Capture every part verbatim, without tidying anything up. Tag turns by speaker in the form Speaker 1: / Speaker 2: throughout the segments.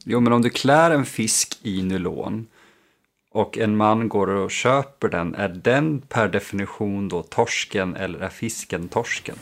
Speaker 1: Jo, men om du klär en fisk i nylon och en man går och köper den, är den per definition då torsken eller är fisken torsken?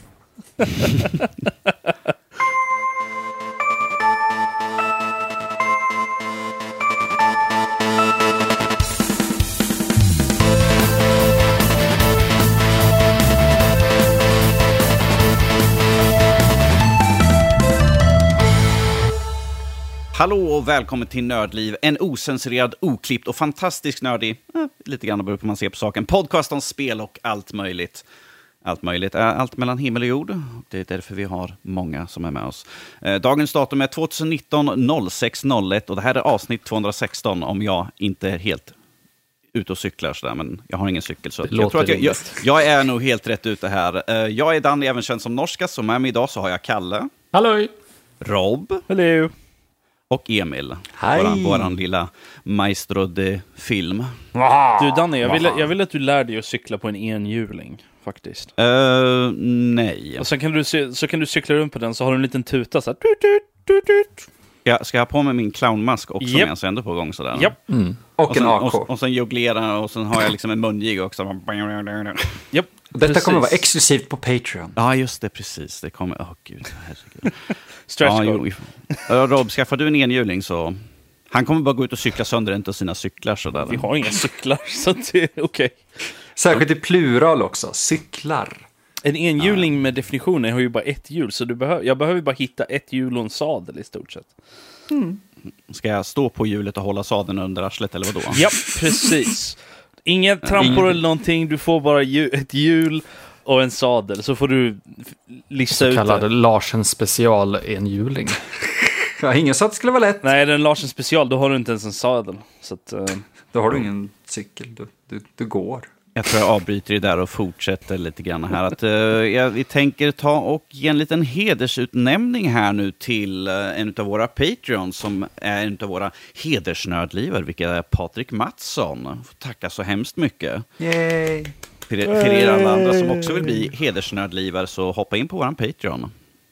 Speaker 2: Hallå och välkommen till Nördliv, en osensurerad, oklippt och fantastisk nördig, eh, lite grann beror på hur man ser på saken, podcast om spel och allt möjligt. Allt möjligt, allt mellan himmel och jord. Det är därför vi har många som är med oss. Eh, dagens datum är tjugonitton sex noll ett och det här är avsnitt tvåhundrasexton om jag inte är helt ute och cyklar sådär, men jag har ingen cykel så jag tror att jag, jag, jag är nog helt rätt ute här. Eh, jag är Danny, även känd som Norska, som är med idag så har jag Kalle.
Speaker 3: Halloj!
Speaker 2: Rob.
Speaker 3: Hallå!
Speaker 2: Och Emil,
Speaker 1: Hej.
Speaker 2: våran, våran lilla maestro de film.
Speaker 3: Du Danny, jag vill, jag vill att du lär dig att cykla på en enhjuling, faktiskt.
Speaker 2: Uh, nej.
Speaker 3: Och sen kan du, så kan du cykla runt på den, så har du en liten tuta så här. Tut, tut, tut, tut.
Speaker 2: Jag ska ha på mig min clownmask också
Speaker 3: Yep.
Speaker 2: medan jag ändå på gång sådär.
Speaker 3: Japp.
Speaker 1: Mm. Och,
Speaker 2: Och sen,
Speaker 1: en A K.
Speaker 2: och, och sen jonglera och sen har jag liksom en mungig också.
Speaker 3: Japp.
Speaker 1: Detta
Speaker 3: Precis.
Speaker 1: kommer vara exklusivt på Patreon.
Speaker 2: Ja, just det, precis. Det kommer, åh oh, gud, herregud.
Speaker 3: Stretch
Speaker 2: Ja,
Speaker 3: goal.
Speaker 2: jo, ja, Rob, skaffar du en enhjuling så... Han kommer bara gå ut och cykla sönder inte sina cyklar sådär.
Speaker 3: Vi har inga cyklar, så det är okej. Okay.
Speaker 1: Särskilt i plural också, cyklar.
Speaker 3: En enhjuling med definitionen har ju bara ett hjul, så du behöver, jag behöver bara hitta ett hjul och en sadel i stort sett.
Speaker 1: Mm.
Speaker 2: Ska jag stå på hjulet och hålla sadeln under arslet eller vadå?
Speaker 3: Ja, precis. Inga trampor eller någonting, du får bara ju, ett hjul och en sadel, så får du lista ut
Speaker 4: så kallad
Speaker 3: det.
Speaker 4: Larsen special enhjuling.
Speaker 1: Ja, ingen sa att det skulle vara lätt.
Speaker 3: Nej, den Larsen special, då har du inte ens en sadel. Så att, uh...
Speaker 1: Då har du ingen cykel, du, du, du går.
Speaker 2: Jag tror jag avbryter det där och fortsätter lite grann här. Att, uh, jag, vi tänker ta och ge en liten hedersutnämning här nu till uh, en av våra Patreons som är en av våra hedersnördlivar, vilket är Patrik Mattsson. Får tacka så hemskt mycket.
Speaker 1: Yay!
Speaker 2: För, för er alla andra som också vill bli hedersnördlivare så hoppa in på våran Patreon.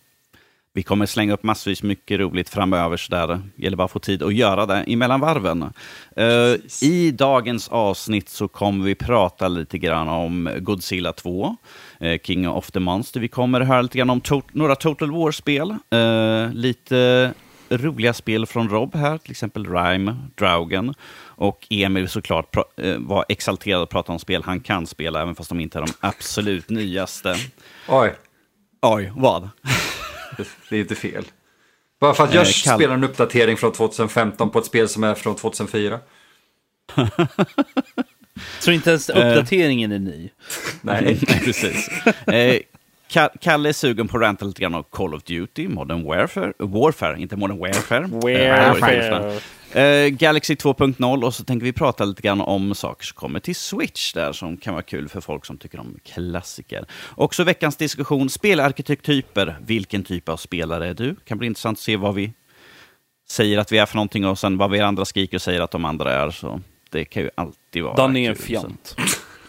Speaker 2: Vi kommer slänga upp massvis mycket roligt framöver så där. Gäller bara att få tid att göra det emellan varven. Uh, I dagens avsnitt så kommer vi prata lite grann om Godzilla två, uh, King of the Monster. Vi kommer höra lite grann om to- några Total War-spel. Uh, lite roliga spel från Rob här, till exempel Rime, Draugen. Och Emil såklart pra- uh, var exalterad att prata om spel han kan spela, även fast de inte är de absolut nyaste.
Speaker 1: Oj,
Speaker 2: Oj, vad?
Speaker 1: det är inte fel. Bara för att jag
Speaker 2: Eh, Kalle.
Speaker 1: spelar en uppdatering från tjugohundrafemton på ett spel som är från tjugohundrafyra.
Speaker 3: Så inte ens uppdateringen är ny.
Speaker 1: Nej.
Speaker 2: Nej, precis. Eh, Ka- Kalle är sugen på att ranta lite grann om Call of Duty, Modern Warfare, Warfare, inte Modern Warfare.
Speaker 3: Warfare.
Speaker 2: Eh, eh, Galaxy två punkt noll och så tänker vi prata lite grann om saker som kommer till Switch där som kan vara kul för folk som tycker om klassiker. Också veckans diskussion, spelarkitektyper. Vilken typ av spelare är du? Kan bli intressant att se vad vi säger att vi är för någonting och sen vad vi andra skriker och säger att de andra är. Så det kan ju alltid vara
Speaker 3: Dan är en
Speaker 2: kul,
Speaker 3: fjant.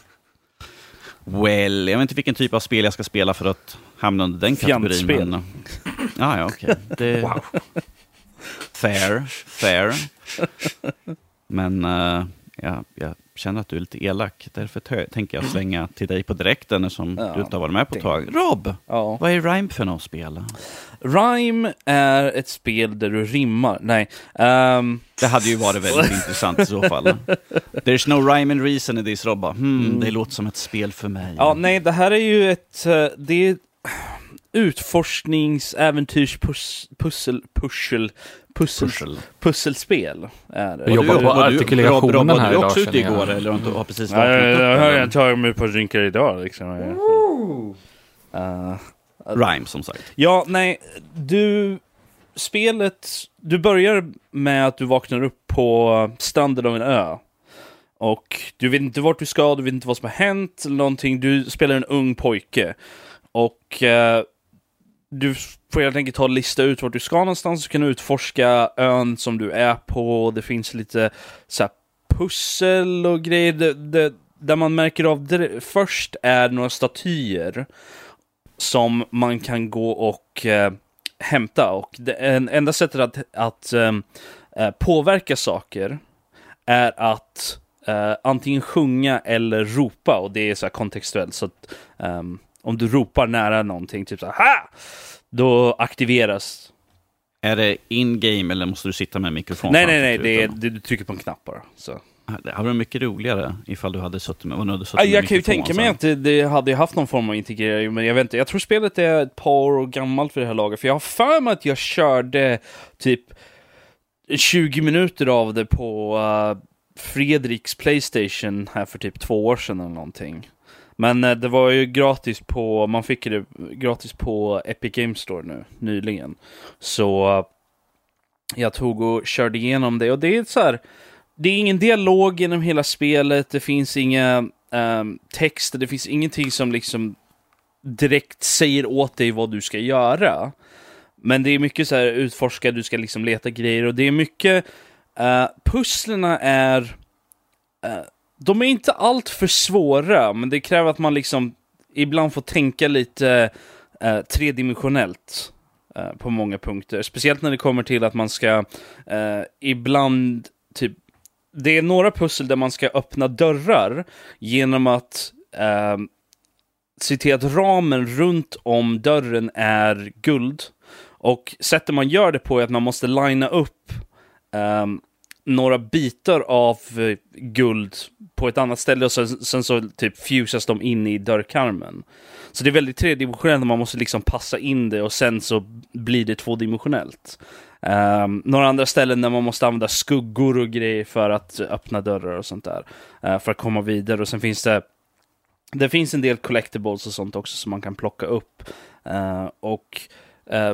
Speaker 2: Well, jag vet inte vilken typ av spel jag ska spela för att hamna under den kategorin.
Speaker 3: Fjantspel.
Speaker 2: Men... Ah, ja, okej. Okay. Det...
Speaker 1: Wow.
Speaker 2: Fair, fair. Men uh, ja, jag känner att du är lite elak. Därför tö- tänker jag slänga till dig på direkten eftersom
Speaker 3: Ja,
Speaker 2: du inte har varit med på ett tag. Rob,
Speaker 3: Ja.
Speaker 2: vad är Rime för något spel?
Speaker 3: Rime är ett spel där du rimmar. Nej. Um...
Speaker 2: Det hade ju varit väldigt intressant i så fall. There's no rhyme and reason i this, Rob. Hmm, mm. Det låter som ett spel för mig.
Speaker 3: Ja, nej, det här är ju ett... uh, Det är utforsknings-äventyrs pus- pussel, pussel, pussel,
Speaker 2: Pussel.
Speaker 3: pusselspel. Är det.
Speaker 4: Jag jobbar på artikulationen
Speaker 2: Rob,
Speaker 4: här
Speaker 2: du
Speaker 4: idag.
Speaker 2: också ute
Speaker 4: känner jag.
Speaker 2: igår eller har du har precis
Speaker 3: Ja,
Speaker 2: vaknat
Speaker 3: jag,
Speaker 2: upp?
Speaker 3: jag har
Speaker 2: eller?
Speaker 3: jag tagit mig på drinkar idag liksom.
Speaker 1: Ooh.
Speaker 3: Uh,
Speaker 2: Rime, som sagt.
Speaker 3: ja, nej, du... Spelet... Du börjar med att du vaknar upp på stranden av en ö. Och du vet inte vart du ska, du vet inte vad som har hänt eller någonting. Du spelar en ung pojke. Och eh, du får helt enkelt ta och lista ut vart du ska någonstans. Du kan utforska ön som du är på. Det finns lite så här pussel och grejer. Det, det, där man märker av det först är några statyer som man kan gå och eh, hämta. Och det en, enda sättet att, att eh, uh, påverka saker är att uh, antingen sjunga eller ropa, och det är så här kontextuellt, så att um, om du ropar nära någonting, typ så här, ha! Då aktiveras.
Speaker 2: Är det in-game eller måste du sitta med mikrofon?
Speaker 3: Nej, nej, nej, det är, det, du trycker på en knapp bara. Så.
Speaker 2: Det hade varit mycket roligare ifall du hade suttit med, hade suttit med
Speaker 3: Jag kan ju
Speaker 2: mikrofon,
Speaker 3: tänka mig att det, det hade haft någon form av integrering, men jag vet inte. Jag tror spelet är ett par år gammalt för det här laget, för jag har för mig att jag körde typ tjugo minuter av det på uh, Fredriks PlayStation här för typ två år sedan eller någonting. Men uh, det var ju gratis på, man fick det gratis på Epic Games Store nu, nyligen. Så uh, jag tog och körde igenom det, och det är så här, det är ingen dialog genom hela spelet, det finns inga um, texter, det finns ingenting som liksom direkt säger åt dig vad du ska göra. Men det är mycket så här utforska, du ska liksom leta grejer, och det är mycket uh, pusslerna är uh, de är inte allt för svåra, men det kräver att man liksom ibland får tänka lite uh, tredimensionellt uh, på många punkter, speciellt när det kommer till att man ska uh, ibland typ, det är några pussel där man ska öppna dörrar genom att uh, se till att ramen runt om dörren är guld. Och sättet man gör det på är att man måste linea upp um, några bitar av uh, guld på ett annat ställe, och sen, sen så typ fusas de in i dörrkarmen. Så det är väldigt tredimensionellt, man måste liksom passa in det, och sen så blir det tvådimensionellt. Um, några andra ställen där man måste använda skuggor och grejer för att öppna dörrar och sånt där, uh, för att komma vidare. Och sen finns det det finns en del collectibles och sånt också som man kan plocka upp. Uh, och uh,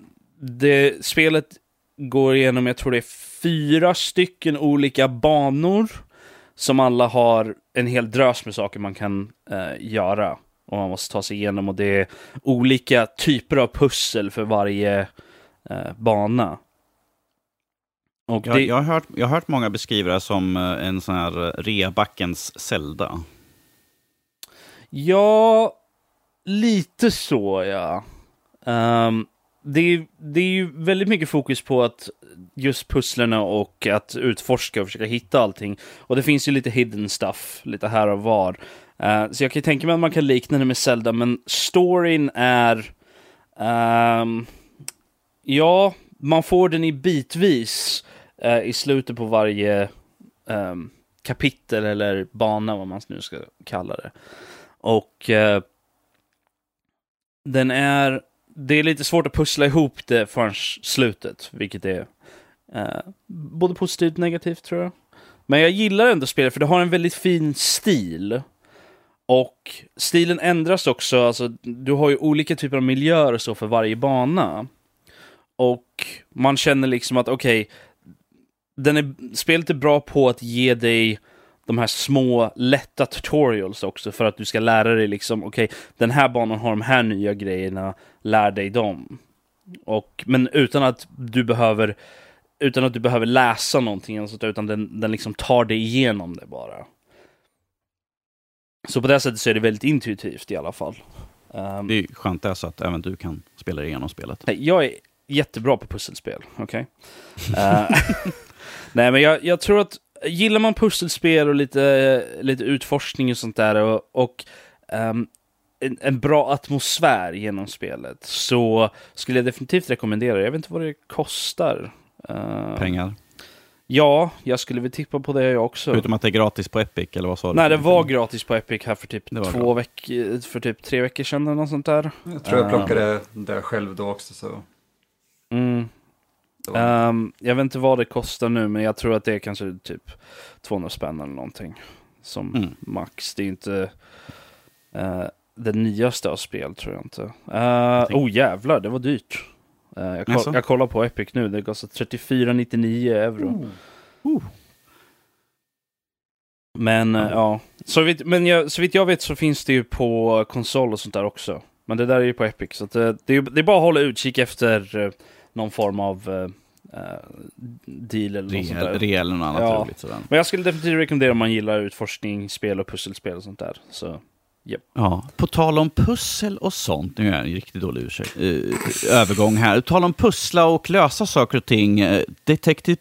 Speaker 3: det spelet går igenom, jag tror det är fyra stycken olika banor som alla har en hel drös med saker man kan uh, göra, och man måste ta sig igenom, och det är olika typer av pussel för varje uh, bana. Och
Speaker 2: jag,
Speaker 3: det...
Speaker 2: jag, har hört, jag har hört många beskriva det som en sån här reabackens Zelda.
Speaker 3: Ja, lite så, ja. Um, det, är, det är ju väldigt mycket fokus på att just pusslerna och att utforska och försöka hitta allting. Och det finns ju lite hidden stuff, lite här och var. Uh, så jag kan tänka mig att man kan likna det med Zelda, men storyn är... Um, ja, man får den i bitvis uh, i slutet på varje um, kapitel eller bana, vad man nu ska kalla det. Och uh, den är... Det är lite svårt att pussla ihop det förrän slutet, vilket är uh, både positivt och negativt, tror jag. Men jag gillar ändå spelet, för det har en väldigt fin stil. Och stilen ändras också. Alltså, du har ju olika typer av miljöer och så för varje bana. Och man känner liksom att okej, okay, den är, spelet är bra på att ge dig de här små lätta tutorials också, för att du ska lära dig liksom, okej, okay, den här banan har de här nya grejerna, lär dig dem. Och, men utan att du behöver utan att du behöver läsa någonting, utan den, den liksom tar dig igenom det bara. Så på det sättet så är det väldigt intuitivt i alla fall. Um,
Speaker 2: det är skönt alltså att även du kan spela igenom spelet.
Speaker 3: Nej, jag är jättebra på pusselspel, okej? Okay? uh, nej, men jag, jag tror att gillar man pusselspel och lite, lite utforskning och sånt där, och, och um, en, en bra atmosfär genom spelet, så skulle jag definitivt rekommendera det. Jag vet inte vad det kostar. Uh,
Speaker 2: Pengar?
Speaker 3: Ja, jag skulle väl tippa på det jag också.
Speaker 2: Förutom att det är gratis på Epic, eller vad sa du?
Speaker 3: Nej, det var gratis på Epic här för typ två
Speaker 2: bra.
Speaker 3: veckor, för typ tre veckor sedan eller något sånt där.
Speaker 1: Jag tror jag plockade uh, det själv då också, så...
Speaker 3: Mm. Um, jag vet inte vad det kostar nu, men jag tror att det är kanske typ tvåhundra spänn eller någonting som mm. max. Det är inte uh, det nyaste av spel, tror jag inte. Uh, oh jävlar, det var dyrt. Uh, jag, koll- jag kollar på Epic nu, det kostar trettiofyra nittionio euro.
Speaker 2: Uh. Uh.
Speaker 3: Men uh, ja, så vitt, men jag, så vitt jag vet så finns det ju på konsol och sånt där också. Men det där är ju på Epic, så att, uh, det, är, det är bara att hålla utkik efter uh, någon form av uh, deal eller något sånt där.
Speaker 2: Reell eller något annat
Speaker 3: ja.
Speaker 2: roligt sådär.
Speaker 3: Men jag skulle definitivt rekommendera om man gillar utforskning, spel och pusselspel och sånt där. Så, yep.
Speaker 2: Ja, på tal om pussel och sånt, nu är jag en riktigt dålig ursäkt, uh, övergång här. På tal om pussla och lösa saker och ting, uh, Detective Pi-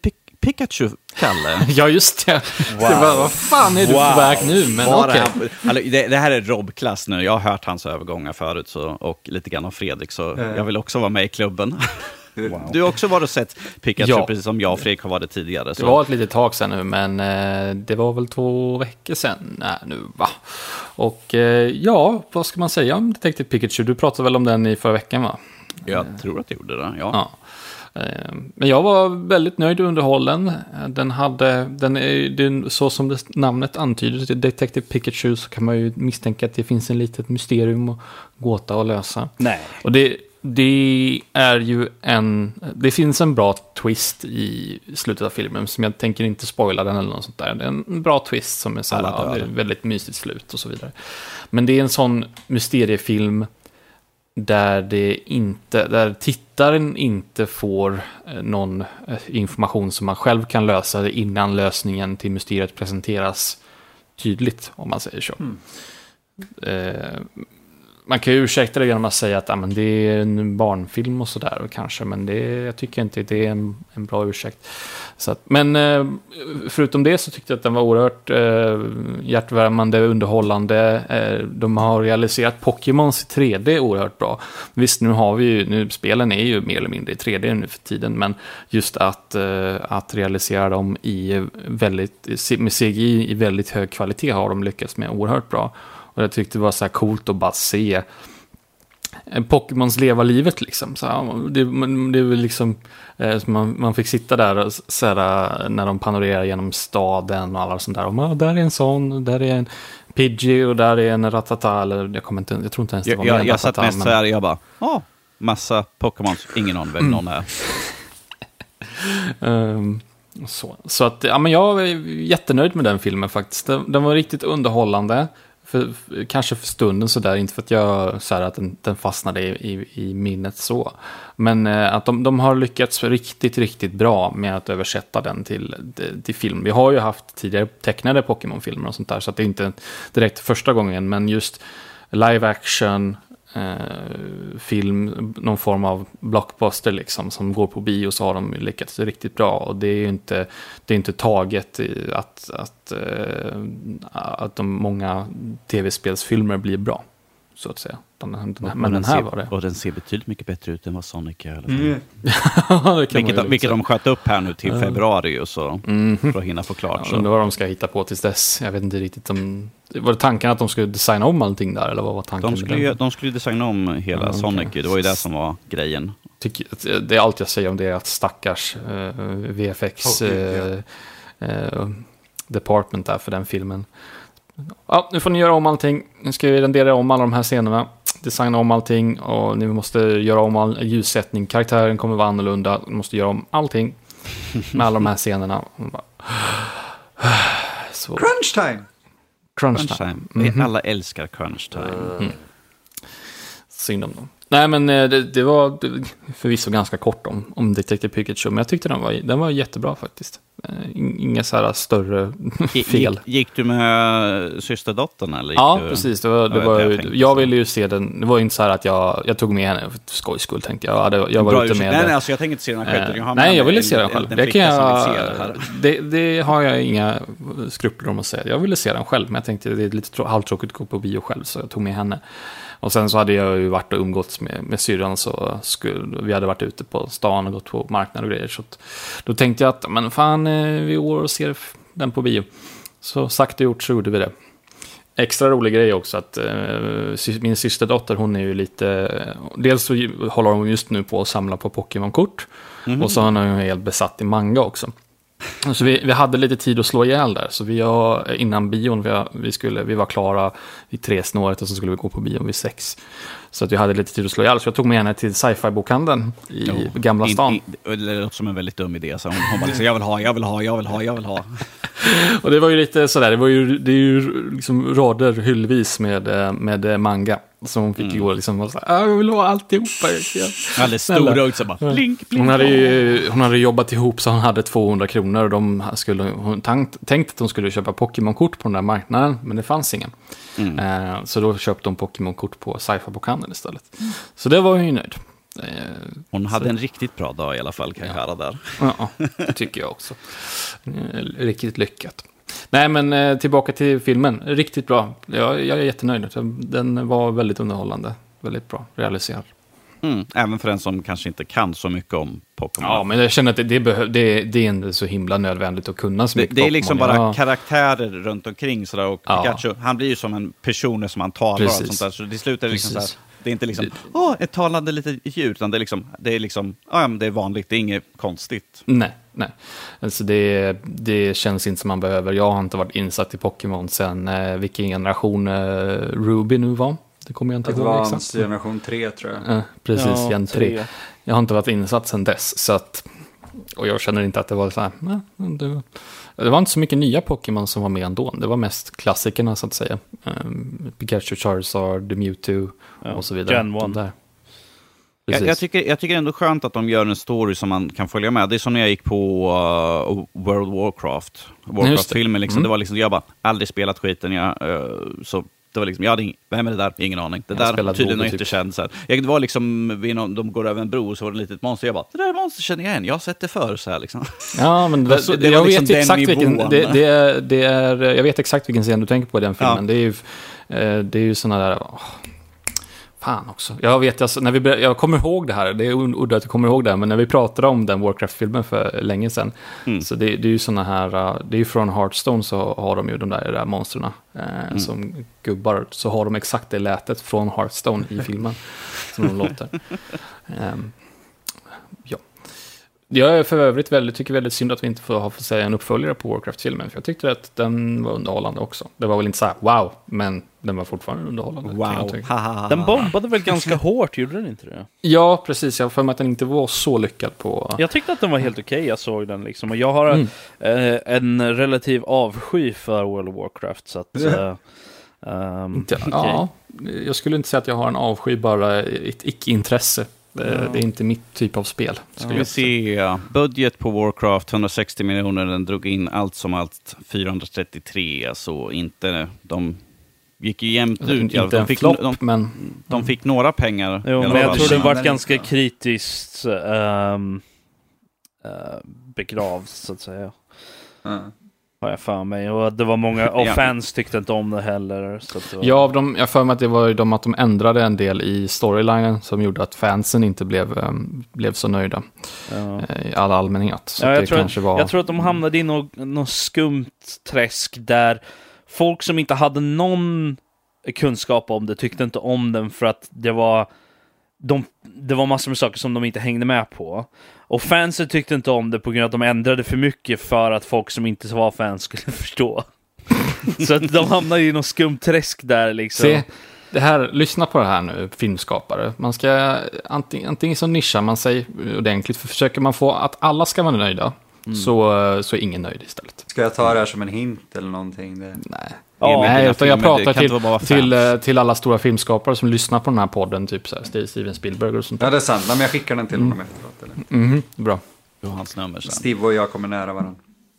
Speaker 2: Pikachu, Kalle.
Speaker 4: Ja, just det.
Speaker 3: Wow.
Speaker 4: Det var, vad fan är du
Speaker 3: Wow.
Speaker 4: på väg nu? Men
Speaker 2: Var
Speaker 4: okej.
Speaker 2: det, han, alltså, det, det här är Rob-klass nu. Jag har hört hans övergångar förut så, och lite grann av Fredrik, så
Speaker 1: Mm.
Speaker 2: jag vill också vara med i klubben.
Speaker 3: Wow.
Speaker 2: Du har också varit och sett Pikachu,
Speaker 4: Ja.
Speaker 2: precis som jag och Fredrik har varit tidigare.
Speaker 4: Det
Speaker 2: Så.
Speaker 4: var ett litet tag sedan nu, men eh, det var väl två veckor sedan. Nej, nu va? Och eh, ja, vad ska man säga om Detective Pikachu? Du pratade väl om den i förra veckan, va?
Speaker 2: Jag tror att jag gjorde det, ja.
Speaker 4: Ja. Eh, Men jag var väldigt nöjd och underhållen. Den hade, den är, den, så som det, namnet antyder, Detective Pikachu, så kan man ju misstänka att det finns en litet mysterium och gåta att lösa.
Speaker 3: Nej.
Speaker 4: Och det, det är ju en, det finns en bra twist i slutet av filmen som jag tänker inte spoila den eller något sånt där. Det är en bra twist som är så här, ja, det är väldigt mysigt slut och så vidare. Men det är en sån mysteriefilm där det inte, där tittaren inte får någon information som man själv kan lösa innan lösningen till mysteriet presenteras tydligt, om man säger så. Mm. Eh, man kan ju ursäkta det genom att säga att ah, men det är en barnfilm och sådär kanske, men det, jag tycker inte det är en, en bra ursäkt. Så att, men eh, förutom det så tyckte jag att den var oerhört eh, hjärtvärmande, underhållande. Eh, de har realiserat Pokémons i tre D oerhört bra. Visst, nu har vi ju, nu spelen är ju mer eller mindre i tre D nu för tiden, men just att, eh, att realisera dem i väldigt, med C G I i väldigt hög kvalitet har de lyckats med oerhört bra. Och jag tyckte det var så här coolt att bara se Pokémons leva livet liksom. Så här, det, det är väl liksom eh, man, man fick sitta där och så här, när de panorerar genom staden och alla sånt där. Och man, där är en sån, där är en Pidgey och där är en Rattata. Eller jag kommer inte, jag tror inte ens det var
Speaker 2: jag,
Speaker 4: med
Speaker 2: jag, jag
Speaker 4: Rattata,
Speaker 2: satt mest
Speaker 4: men...
Speaker 2: så här och jag bara, ja, massa Pokémons, ingen någon vem någon är.
Speaker 4: um, så. så att, ja, men jag är jättenöjd med den filmen faktiskt. Den, den var riktigt underhållande. För, för, kanske för stunden så där, inte för att jag så här, att den, den fastnade i, i, i minnet så. Men eh, att de, de har lyckats riktigt, riktigt bra med att översätta den till, till, till film. Vi har ju haft tidigare tecknade Pokémon-filmer och sånt där, så att det är inte direkt första gången, men just live action eh, film, någon form av blockbuster liksom, som går på bio, så har de lyckats riktigt bra. Och det är ju inte, det är inte taget att, att, eh, att de många tv-spelsfilmer blir bra, så att säga. Den, den,
Speaker 2: och,
Speaker 4: men
Speaker 2: och
Speaker 4: den här
Speaker 2: ser,
Speaker 4: var det.
Speaker 2: Och den ser betydligt mycket bättre ut än vad Sonic gör.
Speaker 1: Mm.
Speaker 2: vilket de, vilket de sköt upp här nu till februari och så,
Speaker 4: mm.
Speaker 2: för att hinna få klart.
Speaker 4: Ja,
Speaker 2: så.
Speaker 4: undrar vad de ska hitta på tills dess. Jag vet inte riktigt om... Var det tanken att de skulle designa om allting där? Eller vad var tanken?
Speaker 2: De skulle, ju, de skulle designa om hela
Speaker 4: ja, okay.
Speaker 2: Sonic. Det var ju det som var grejen.
Speaker 4: Tycker, det är allt jag säger om det är att stackars eh, V F X
Speaker 1: okay,
Speaker 4: eh, eh, department där för den filmen. Ja, nu får ni göra om allting. Nu ska vi rendera om alla de här scenerna. Designa om allting. Och ni måste göra om all ljussättning. Karaktären kommer vara annorlunda. Ni måste göra om allting med alla de här scenerna. Så.
Speaker 1: Crunch time!
Speaker 4: Crunch,
Speaker 2: Crunch
Speaker 4: time.
Speaker 2: time.
Speaker 4: Mm-hmm.
Speaker 2: Alla älskar crunch time.
Speaker 4: Mm. Synd om dem. Nej, men det, det var förvisso ganska kort om, om Detective Pikachu, men jag tyckte den var, den var jättebra faktiskt. Inga så här större fel.
Speaker 2: Gick, gick du med systerdottern? Eller gick
Speaker 4: ja,
Speaker 2: du...
Speaker 4: precis. Det var, det
Speaker 2: jag,
Speaker 4: var,
Speaker 2: jag,
Speaker 4: jag, jag ville ju se den. Det var inte så här att jag, jag tog med henne för skojs skull, tänkte jag. Jag, hade, jag var
Speaker 2: Bra,
Speaker 4: ute med
Speaker 2: nej, nej, alltså jag tänker inte se den här själv.
Speaker 4: Jag nej, jag ville se den själv.
Speaker 2: En,
Speaker 4: det,
Speaker 2: en
Speaker 4: kan jag,
Speaker 2: se det, här.
Speaker 4: Det, det har jag inga skrupler om att säga. Jag ville se den själv, men jag tänkte det är lite halvtråkigt att gå på bio själv, så jag tog med henne. Och sen så hade jag ju varit och umgåtts med, med syrran, så skulle, vi hade varit ute på stan och gått på marknad och grejer. Så att, då tänkte jag att, men fan, vi går och ser den på bio. Så sagt och gjort så gjorde vi det. Extra rolig grej också att eh, min systerdotter, hon är ju lite... Eh, dels så håller hon just nu på att samla på Pokémon-kort. Mm-hmm. Och så är hon ju helt besatt i manga också. Så vi, vi hade lite tid att slå ihjäl där. Så vi har, innan bion, vi, vi, skulle, vi var klara vid tre snåret och så skulle vi gå på bion vid sex. Så att vi hade lite tid att slå ihjäl. Så jag tog med henne till sci-fi-bokhandeln i jo, Gamla stan. In,
Speaker 2: in, det låter som en väldigt dum idé. Så hon, hon bara liksom, jag vill ha, jag vill ha, jag vill ha, jag vill ha.
Speaker 4: Och det var ju lite sådär, det var ju, det är ju liksom rader hyllvis med, med manga. Så hon fick mm. gå liksom och säga, jag vill ha alltihopa.
Speaker 2: Alldeles stora och så bara, blink, blink.
Speaker 4: Hon hade ju, hon hade jobbat ihop så hon hade tvåhundra kronor och de skulle, hon tänkt, tänkte att de skulle köpa Pokémon-kort på den där marknaden, men det fanns ingen. Mm. Eh, så då köpte de Pokémon-kort på sci-fi-bokhandeln istället. Mm. Så det var jag ju nöjd.
Speaker 2: Hon hade så. En riktigt bra dag i alla fall, kan jag höra där.
Speaker 4: Ja, det tycker jag också. Riktigt lyckat. Nej, men tillbaka till filmen. Riktigt bra. Jag, jag är jättenöjd. Den var väldigt underhållande. Väldigt bra realiserad.
Speaker 2: Mm, även för den som kanske inte kan så mycket om Pokémon.
Speaker 4: Ja, men jag känner att det, det, behöv, det, det är inte så himla nödvändigt att kunna så mycket
Speaker 2: Det, det är
Speaker 4: Pokémon.
Speaker 2: liksom bara
Speaker 4: ja.
Speaker 2: karaktärer runt omkring sådär, och
Speaker 4: ja.
Speaker 2: Pikachu, han blir ju som en person som han talar och sånt där, så det slutar liksom så här, det är inte liksom, åh, ett talande litet djur, utan det är liksom, det är liksom, ja, men det är vanligt, det är inget konstigt.
Speaker 4: Nej, nej. Alltså det, det känns inte som man behöver. Jag har inte varit insatt i Pokémon sen eh, vilken generation eh, Ruby nu var. Det kommer jag inte ihåg exakt.
Speaker 1: Advanced generation tre, tror jag.
Speaker 4: Eh, precis,
Speaker 3: ja,
Speaker 4: gen tre. Jag har inte varit insatt sen dess, så att, och jag känner inte att det var så här, nej, det, det var inte så mycket nya Pokémon som var med ändå. Det var mest klassikerna, så att säga. Um, Pikachu, Charizard, Mewtwo ja, och så vidare.
Speaker 3: Gen one. Där.
Speaker 2: Jag, jag, tycker, jag tycker ändå skönt att de gör en story som man kan följa med. Det är som när jag gick på uh, World of Warcraft. Warcraft-filmen, liksom. Mm. Det var liksom, jag bara aldrig spelat skiten. Jag, uh, så det var liksom, jag hade ing, vem är det där? Ingen aning. Det jag där tydligen är inte typ. känd. Så här. Jag, det var liksom, någon, de går över en bro och så var det ett litet monster. Jag bara, det där monster känner jag igen. Jag har sett det förr så här liksom.
Speaker 4: Ja, men det, så, det jag liksom vet exakt vilken, det, det, är, det är, jag vet exakt vilken scen du tänker på i den filmen. Ja. Det är ju, det är ju såna där... Oh. Fan också. Jag vet, alltså, när vi, jag kommer ihåg det här, det är udda att jag kommer ihåg det här, men när vi pratade om den Warcraft-filmen för länge sedan, mm. så det, det är ju såna här, det är ju från Hearthstone, så har de ju de där, där monsterna eh, mm. som gubbar, så har de exakt det lätet från Hearthstone i filmen som de låter. Um, ja. Jag är för övrigt väldigt, tycker väldigt synd att vi inte får ha för sig en uppföljare på Warcraft-filmen, för jag tyckte att den var underhållande också. Det var väl inte så här, wow, men den var fortfarande underhållande.
Speaker 2: Wow.
Speaker 3: Den bombade väl ganska hårt, gjorde den inte det?
Speaker 4: Ja, precis. Jag har för mig att den inte var så lyckad på...
Speaker 3: Jag tyckte att den var helt okej, okay. Jag såg den liksom. Och jag har mm. eh, en relativ avsky för World of Warcraft, så att... Eh, um,
Speaker 4: ja, okay. ja, jag skulle inte säga att jag har en avsky, bara ett icke-intresse. Det, ja. det är inte mitt typ av spel.
Speaker 2: Ska vi se. Budget på Warcraft hundrasextio miljoner, den drog in allt som allt fyrahundratrettiotre, så inte de gick ju jämnt ut.
Speaker 4: Inte
Speaker 2: ja, de, fick,
Speaker 4: flopp,
Speaker 2: de,
Speaker 4: men...
Speaker 2: de fick några pengar.
Speaker 3: Jo, men jag tror det var ganska kritiskt um, uh, begravd, så att säga. Mm. Har jag för mig. Och det var många, och fans tyckte inte om det heller. Så att det var...
Speaker 4: Ja, de, jag för mig att det var ju de att de ändrade en del i storylinen som gjorde att fansen inte blev, um, blev så nöjda ja. i all allmänhet. Så
Speaker 3: ja, jag,
Speaker 4: det
Speaker 3: tror
Speaker 4: kanske
Speaker 3: att,
Speaker 4: var...
Speaker 3: jag tror att de hamnade i något, något skumt träsk där folk som inte hade någon kunskap om det tyckte inte om den, för att det var de, det var massor med saker som de inte hängde med på. Och fansen tyckte inte om det på grund av att de ändrade för mycket för att folk som inte var fans skulle förstå. Så att de hamnade i någon skumt träsk där liksom.
Speaker 4: Se, det här, lyssna på det här nu, filmskapare. Man ska antingen, antingen så nischar man sig ordentligt, för försöker man få att alla ska vara nöjda, mm. så, så är ingen nöjd istället.
Speaker 1: Ska jag ta det här som en hint eller någonting? Det...
Speaker 4: Nej. Ja, nej, utan jag pratar till, till, till alla stora filmskapare som lyssnar på den här podden, typ så här, Steven Spielberg och sånt där.
Speaker 1: Ja, det är sant. Men jag skickar den till honom mm. efteråt. Eller?
Speaker 4: Mm, bra.
Speaker 2: Du har hans nummer sen.
Speaker 1: Steve och jag kommer nära varandra.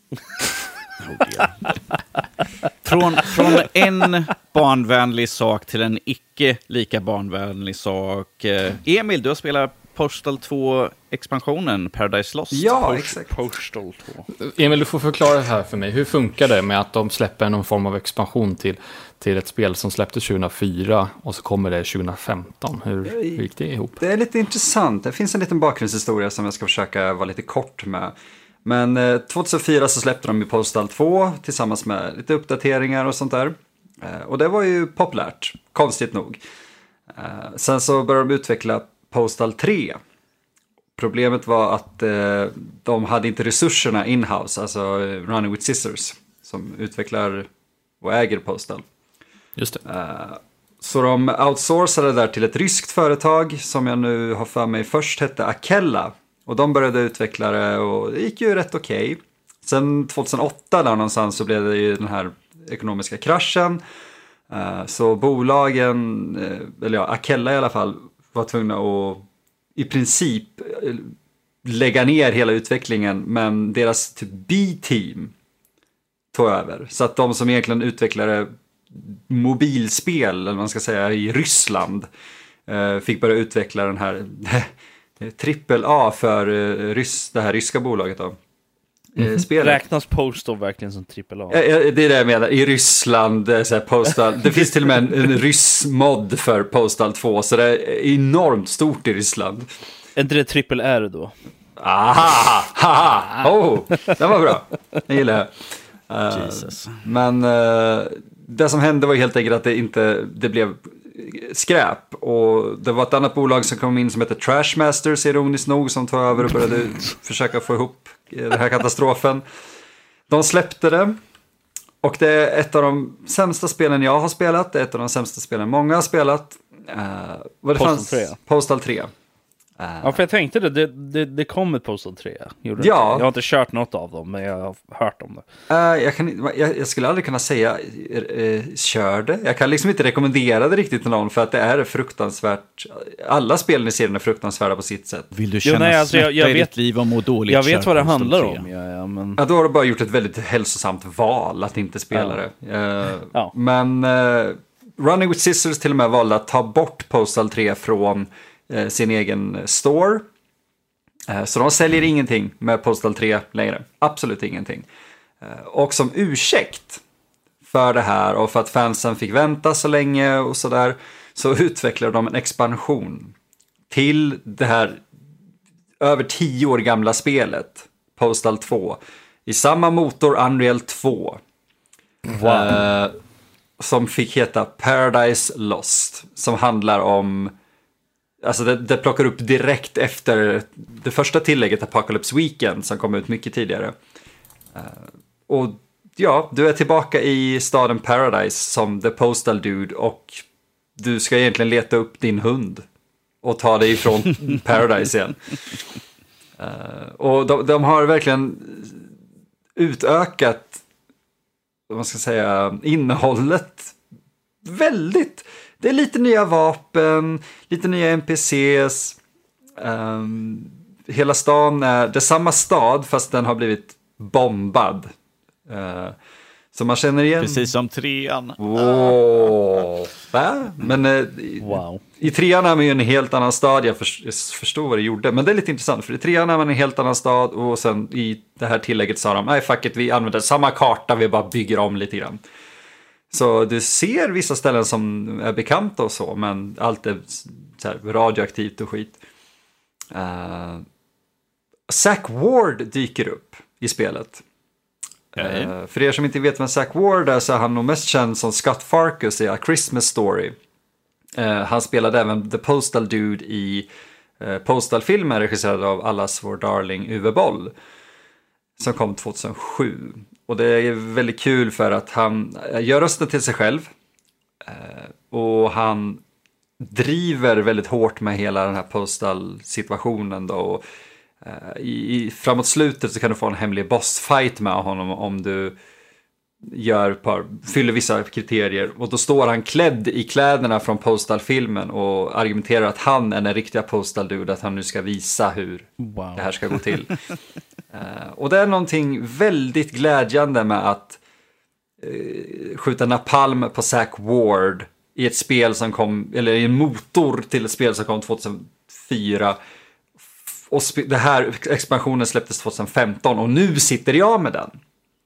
Speaker 2: från, från en barnvänlig sak till en icke lika barnvänlig sak. Emil, du har spelat Postal två-expansionen, Paradise Lost.
Speaker 1: Ja,
Speaker 3: Post,
Speaker 1: exakt.
Speaker 3: Postal två.
Speaker 4: Emil, du får förklara det här för mig. Hur funkar det med att de släpper någon form av expansion till, till ett spel som släpptes tjugohundrafyra och så kommer det tjugohundrafemton? Hur, hur gick det ihop?
Speaker 1: Det är lite intressant. Det finns en liten bakgrundshistoria som jag ska försöka vara lite kort med. Men eh, tjugohundrafyra så släppte de ju Postal två tillsammans med lite uppdateringar och sånt där. Eh, och det var ju populärt, konstigt nog. Eh, sen så började de utveckla Postal tre. Problemet var att eh, de hade inte resurserna in-house, alltså Running with Scissors, som utvecklar och äger Postal.
Speaker 4: Just det.
Speaker 1: Eh, så de outsourcade där till ett ryskt företag som jag nu har för mig först hette Akella. Och de började utveckla det och det gick ju rätt okej. Okay. Sen tjugohundraåtta där någonstans så blev det ju den här ekonomiska kraschen. Uh, så bolagen, uh, eller ja, Akella i alla fall, var tvungna att i princip uh, lägga ner hela utvecklingen. Men deras typ B-team tog över. Så att de som egentligen utvecklade mobilspel, eller man ska säga, i Ryssland eh, fick börja utveckla den här trippel A för eh, ryss, det här ryska bolaget då.
Speaker 3: Mm. Räknas Postal verkligen som trippel A?
Speaker 1: Ja, det är det jag menar. I Ryssland, det, är så här Postal, det finns till och med en, en ryss-mod för Postal två, så det är enormt stort i Ryssland.
Speaker 3: Är inte det trippel R då?
Speaker 1: Aha! Haha! Oh, det var bra. Jag gillar det. Uh,
Speaker 2: Jesus.
Speaker 1: Men uh, det som hände var helt enkelt att det inte det blev skräp. Och det var ett annat bolag som kom in som heter Trashmasters, ironiskt nog, som tog över och började försöka få ihop den här katastrofen. De släppte det. Och det är ett av de sämsta spelen jag har spelat. Det är ett av de sämsta spelen många har spelat. Uh, vad det
Speaker 3: Postal
Speaker 1: fanns?
Speaker 3: tre.
Speaker 1: Postal tre. Uh,
Speaker 3: ja, för jag tänkte det, det, det, det kom ett Postal tre. Gjorde
Speaker 1: ja.
Speaker 3: Jag har inte kört något av dem, men jag har hört om det.
Speaker 1: Uh, jag, kan, jag, jag skulle aldrig kunna säga uh, kör det. Jag kan liksom inte rekommendera det riktigt till någon, för att det är fruktansvärt. Alla spelen i serien är fruktansvärda på sitt sätt.
Speaker 2: Vill du känna
Speaker 3: jo, nej, alltså, jag, jag
Speaker 2: i
Speaker 3: vet,
Speaker 2: ditt liv och må dåligt?
Speaker 3: Jag vet vad det handlar
Speaker 2: tre.
Speaker 3: om. Ja, ja, men...
Speaker 1: ja, då har du bara gjort ett väldigt hälsosamt val att inte spela
Speaker 3: ja.
Speaker 1: det. Uh,
Speaker 3: ja.
Speaker 1: Men uh, Running with Scissors till och med valde att ta bort Postal tre från uh, sin egen store. Så de säljer ingenting med Postal tre längre. Absolut ingenting. Och som ursäkt för det här och för att fansen fick vänta så länge och sådär, så utvecklar de en expansion till det här över tio år gamla spelet Postal två i samma motor, Unreal två.
Speaker 3: Wow.
Speaker 1: Eh, som fick heta Paradise Lost, som handlar om. Alltså det, det plockar upp direkt efter det första tillägget Apocalypse Weekend som kom ut mycket tidigare. Uh, och ja, du är tillbaka i staden Paradise som The Postal Dude, och du ska egentligen leta upp din hund och ta dig ifrån Paradise igen. Uh, och de, de har verkligen utökat, vad man ska säga, innehållet väldigt. Det är lite nya vapen, lite nya N P Cs. Um, hela stan är, det är samma stad fast den har blivit bombad. Uh, så man känner igen.
Speaker 2: Precis som trean.
Speaker 1: Wow. Va? Men uh,
Speaker 3: wow.
Speaker 1: i, i trean är man ju en helt annan stad. Jag, för, jag förstår vad det gjorde. Men det är lite intressant, för i trean är man en helt annan stad. Och sen i det här tillägget sa de, nej fuck it, vi använder samma karta, vi bara bygger om lite grann. Så du ser vissa ställen som är bekanta och så, men allt är så här radioaktivt och skit. Uh, Zack Ward dyker upp i spelet.
Speaker 2: Okay.
Speaker 1: Uh, för er som inte vet vem Zack Ward är, så är han nog mest känd som Scott Farkus i A Christmas Story. Uh, han spelade även The Postal Dude i uh, Postal-filmen regisserad av allas vår darling Uwe Boll, som kom tjugohundrasju. Och det är väldigt kul för att han gör rösten till sig själv. Och han driver väldigt hårt med hela den här Postal-situationen då. Och i, i, framåt slutet så kan du få en hemlig bossfight med honom om du gör par, fyller vissa kriterier. Och då står han klädd i kläderna från Postal-filmen och argumenterar att han är den riktiga Postal-dude, att han nu ska visa hur wow. det här ska gå till. uh, och det är någonting väldigt glädjande med att uh, skjuta napalm på Zack Ward i ett spel som kom, eller i en motor till ett spel som kom tjugohundrafyra. Och sp- det här expansionen släpptes tjugohundrafemton och nu sitter jag med den.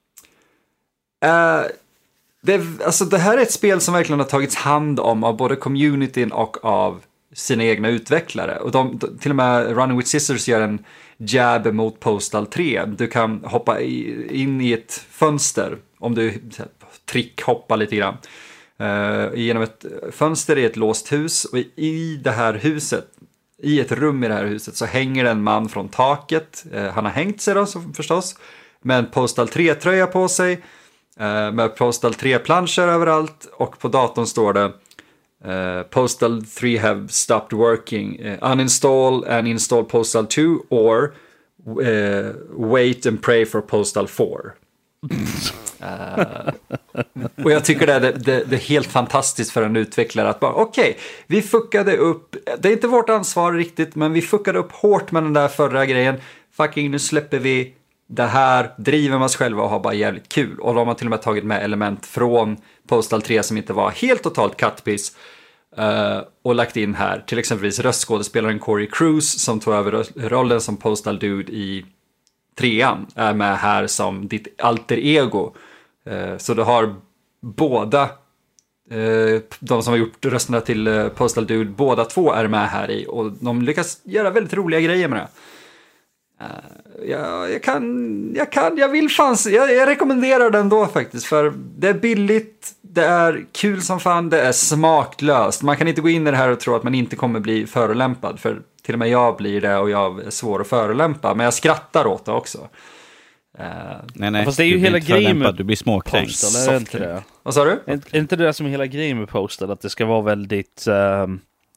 Speaker 1: Uh, det, alltså det här är ett spel som verkligen har tagits hand om av både communityn och av sina egna utvecklare. Och de, till och med Running with Scissors gör en jab mot Postal tre. Du kan hoppa i, in i ett fönster om du trickhoppar lite grann. Uh, genom ett fönster i ett låst hus, och i, i det här huset, i ett rum i det här huset, så hänger en man från taket. Uh, han har hängt sig då, så, förstås, med en Postal tre-tröja på sig. Uh, med Postal tre-planscher överallt, och på datorn står det uh, Postal tre have stopped working, uh, uninstall and install Postal two or uh, wait and pray for Postal four. uh, och jag tycker det är, det, det, det är helt fantastiskt för en utvecklare att bara okej, okay, vi fuckade upp, det är inte vårt ansvar riktigt, men vi fuckade upp hårt med den där förra grejen, fucking nu släpper vi det här, driver man sig själva och har bara jävligt kul. Och de har till och med tagit med element från Postal tre som inte var helt totalt kattpiss. Uh, och lagt in här, till exempelvis röstskådespelaren Corey Cruz som tog över rollen som Postal Dude i trean är med här som ditt alter ego. Uh, så du har båda uh, de som har gjort rösterna till uh, Postal Dude, båda två är med här i och de lyckas göra väldigt roliga grejer med det. Uh, jag, jag kan, jag kan, jag vill fanns, jag, jag rekommenderar den då faktiskt, för det är billigt, det är kul som fan, det är smaklöst. Man kan inte gå in i det här och tro att man inte kommer bli förolämpad, för till och med jag blir det och jag är svår att förolämpa, men jag skrattar åt det också. Uh,
Speaker 2: nej, nej,
Speaker 3: fast det är ju hela grejen med
Speaker 2: du blir småkränkt.
Speaker 3: Postal, är det inte det?
Speaker 1: Vad sa du?
Speaker 3: Är, är inte det som är hela grejen med Postal, att det ska vara väldigt uh, uh,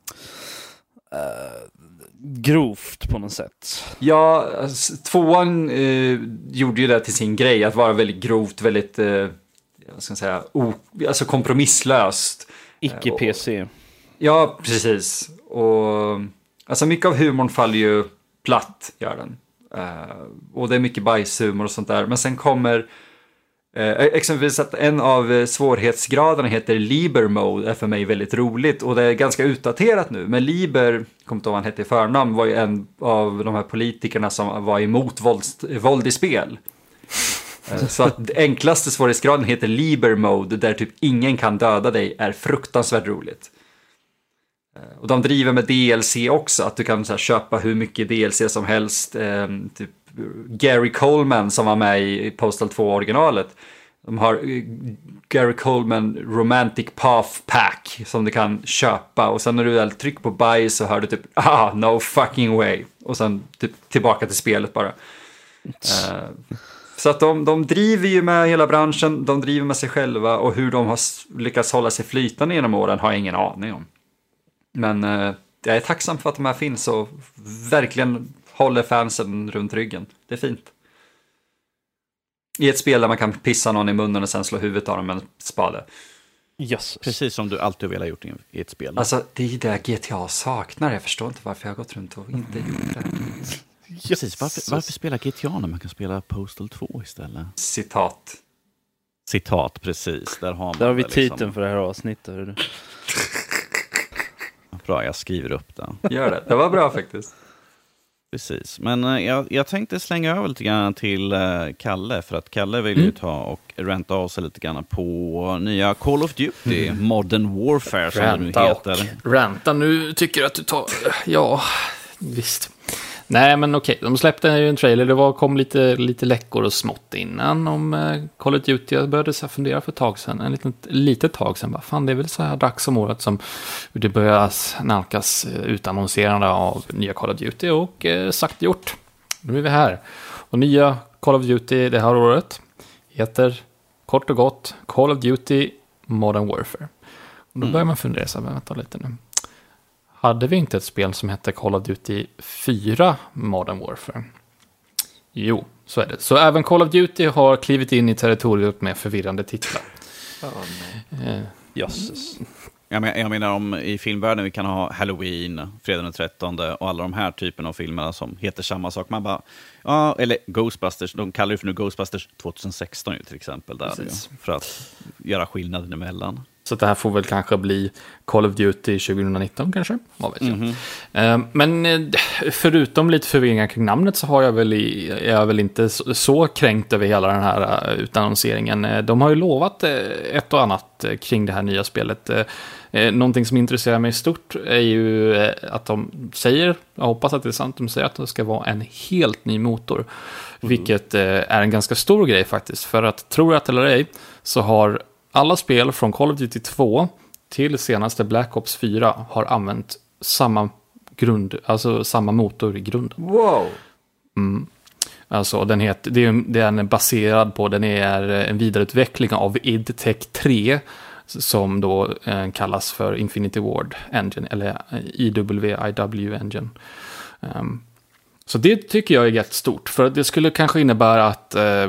Speaker 3: grovt på något sätt?
Speaker 1: Ja, tvåan uh, gjorde ju det till sin grej, att vara väldigt grovt, väldigt uh, vad ska man säga, o, alltså kompromisslöst.
Speaker 3: Icke-P C.
Speaker 1: Ja, precis. Och alltså mycket av humorn faller ju platt, gör den. Uh, och det är mycket bajshumor och sånt där. Men sen kommer uh, exempelvis att en av uh, svårighetsgraderna heter Liber Mode, är för mig väldigt roligt. Och det är ganska utdaterat nu. Men Liber, kommer inte ihåg vad han hette i förnamn, var ju en av de här politikerna som var emot våld, våld i spel. Uh, så att enklaste svårighetsgraden heter Liber Mode, där typ ingen kan döda dig, är fruktansvärt roligt. Och de driver med D L C också, att du kan så här, köpa hur mycket D L C som helst. Eh, typ Gary Coleman som var med i Postal två-originalet. De har eh, Gary Coleman Romantic Path Pack som du kan köpa. Och sen när du väl trycker på buy så hör du typ, ah, no fucking way. Och sen typ tillbaka till spelet bara. Eh, så att de, de driver ju med hela branschen, de driver med sig själva. Och hur de har lyckats hålla sig flytande genom åren har jag ingen aning om. Men eh, jag är tacksam för att de här finns och verkligen håller fansen runt ryggen. Det är fint. I ett spel där man kan pissa någon i munnen och sen slå huvudet av dem med en spade.
Speaker 3: Yes.
Speaker 2: Precis som du alltid vill ha gjort i ett spel.
Speaker 1: Alltså, det är det G T A saknar. Jag förstår inte varför jag har gått runt och inte gjort det.
Speaker 2: Precis, varför, varför spela G T A när man kan spela Postal två istället?
Speaker 1: Citat.
Speaker 2: Citat, precis. Där har, man
Speaker 3: Där har vi
Speaker 2: liksom...
Speaker 3: titeln för det här avsnittet.
Speaker 2: Bra, jag skriver upp det.
Speaker 1: Gör det, det var bra faktiskt.
Speaker 2: Precis, men uh, jag, jag tänkte slänga över lite grann till uh, Kalle, för att Kalle vill ju mm. ta och renta av sig lite grann på nya Call of Duty, mm. Modern Warfare som
Speaker 4: ranta
Speaker 2: det nu heter.
Speaker 4: Och ranta, nu tycker jag att du tar... Ja, visst. Nej, men okej, de släppte ju en trailer, det var, kom lite, lite läckor och smått innan om uh, Call of Duty. Jag började så fundera för ett tag sedan, en liten, litet tag sedan, bara, fan det är väl så här dags om året som det börjar nalkas uh, utannonserande av nya Call of Duty, och uh, sagt gjort. Nu är vi här. Och nya Call of Duty det här året heter kort och gott Call of Duty Modern Warfare. Och då börjar man fundera så här, vänta lite nu. Hade vi inte ett spel som hette Call of Duty fyra Modern Warfare? Jo, så är det. Så även Call of Duty har klivit in i territoriet med förvirrande titlar.
Speaker 1: Oh,
Speaker 3: nej. Eh, Jösses.
Speaker 2: Jag, men, jag menar om i filmvärlden vi kan ha Halloween, Fredag den trettonde och alla de här typerna av filmerna som heter samma sak. Man bara, ja, eller Ghostbusters, de kallar det för nu Ghostbusters tjugohundrasexton ju, till exempel. Där, ju, för att göra skillnaden emellan.
Speaker 4: Så det här får väl kanske bli Call of Duty tjugonitton kanske. Vad vet jag. Mm-hmm. Men förutom lite förvirringar kring namnet så har jag väl, i, jag är väl inte så, så kränkt över hela den här utannonseringen. De har ju lovat ett och annat kring det här nya spelet. Någonting som intresserar mig stort är ju att de säger, jag hoppas att det är sant, de säger att det ska vara en helt ny motor. Mm. Vilket är en ganska stor grej faktiskt. För att, tror jag eller ej, så har alla spel från Call of Duty två till senaste Black Ops fyra har använt samma grund, alltså samma motor i grunden.
Speaker 1: Wow!
Speaker 4: Mm. Alltså den heter, det är, den är baserad på, den är en vidareutveckling av id Tech tre som då eh, kallas för Infinity Ward Engine eller I W I W Engine. Um, så det tycker jag är jättestort, för det skulle kanske innebära att eh,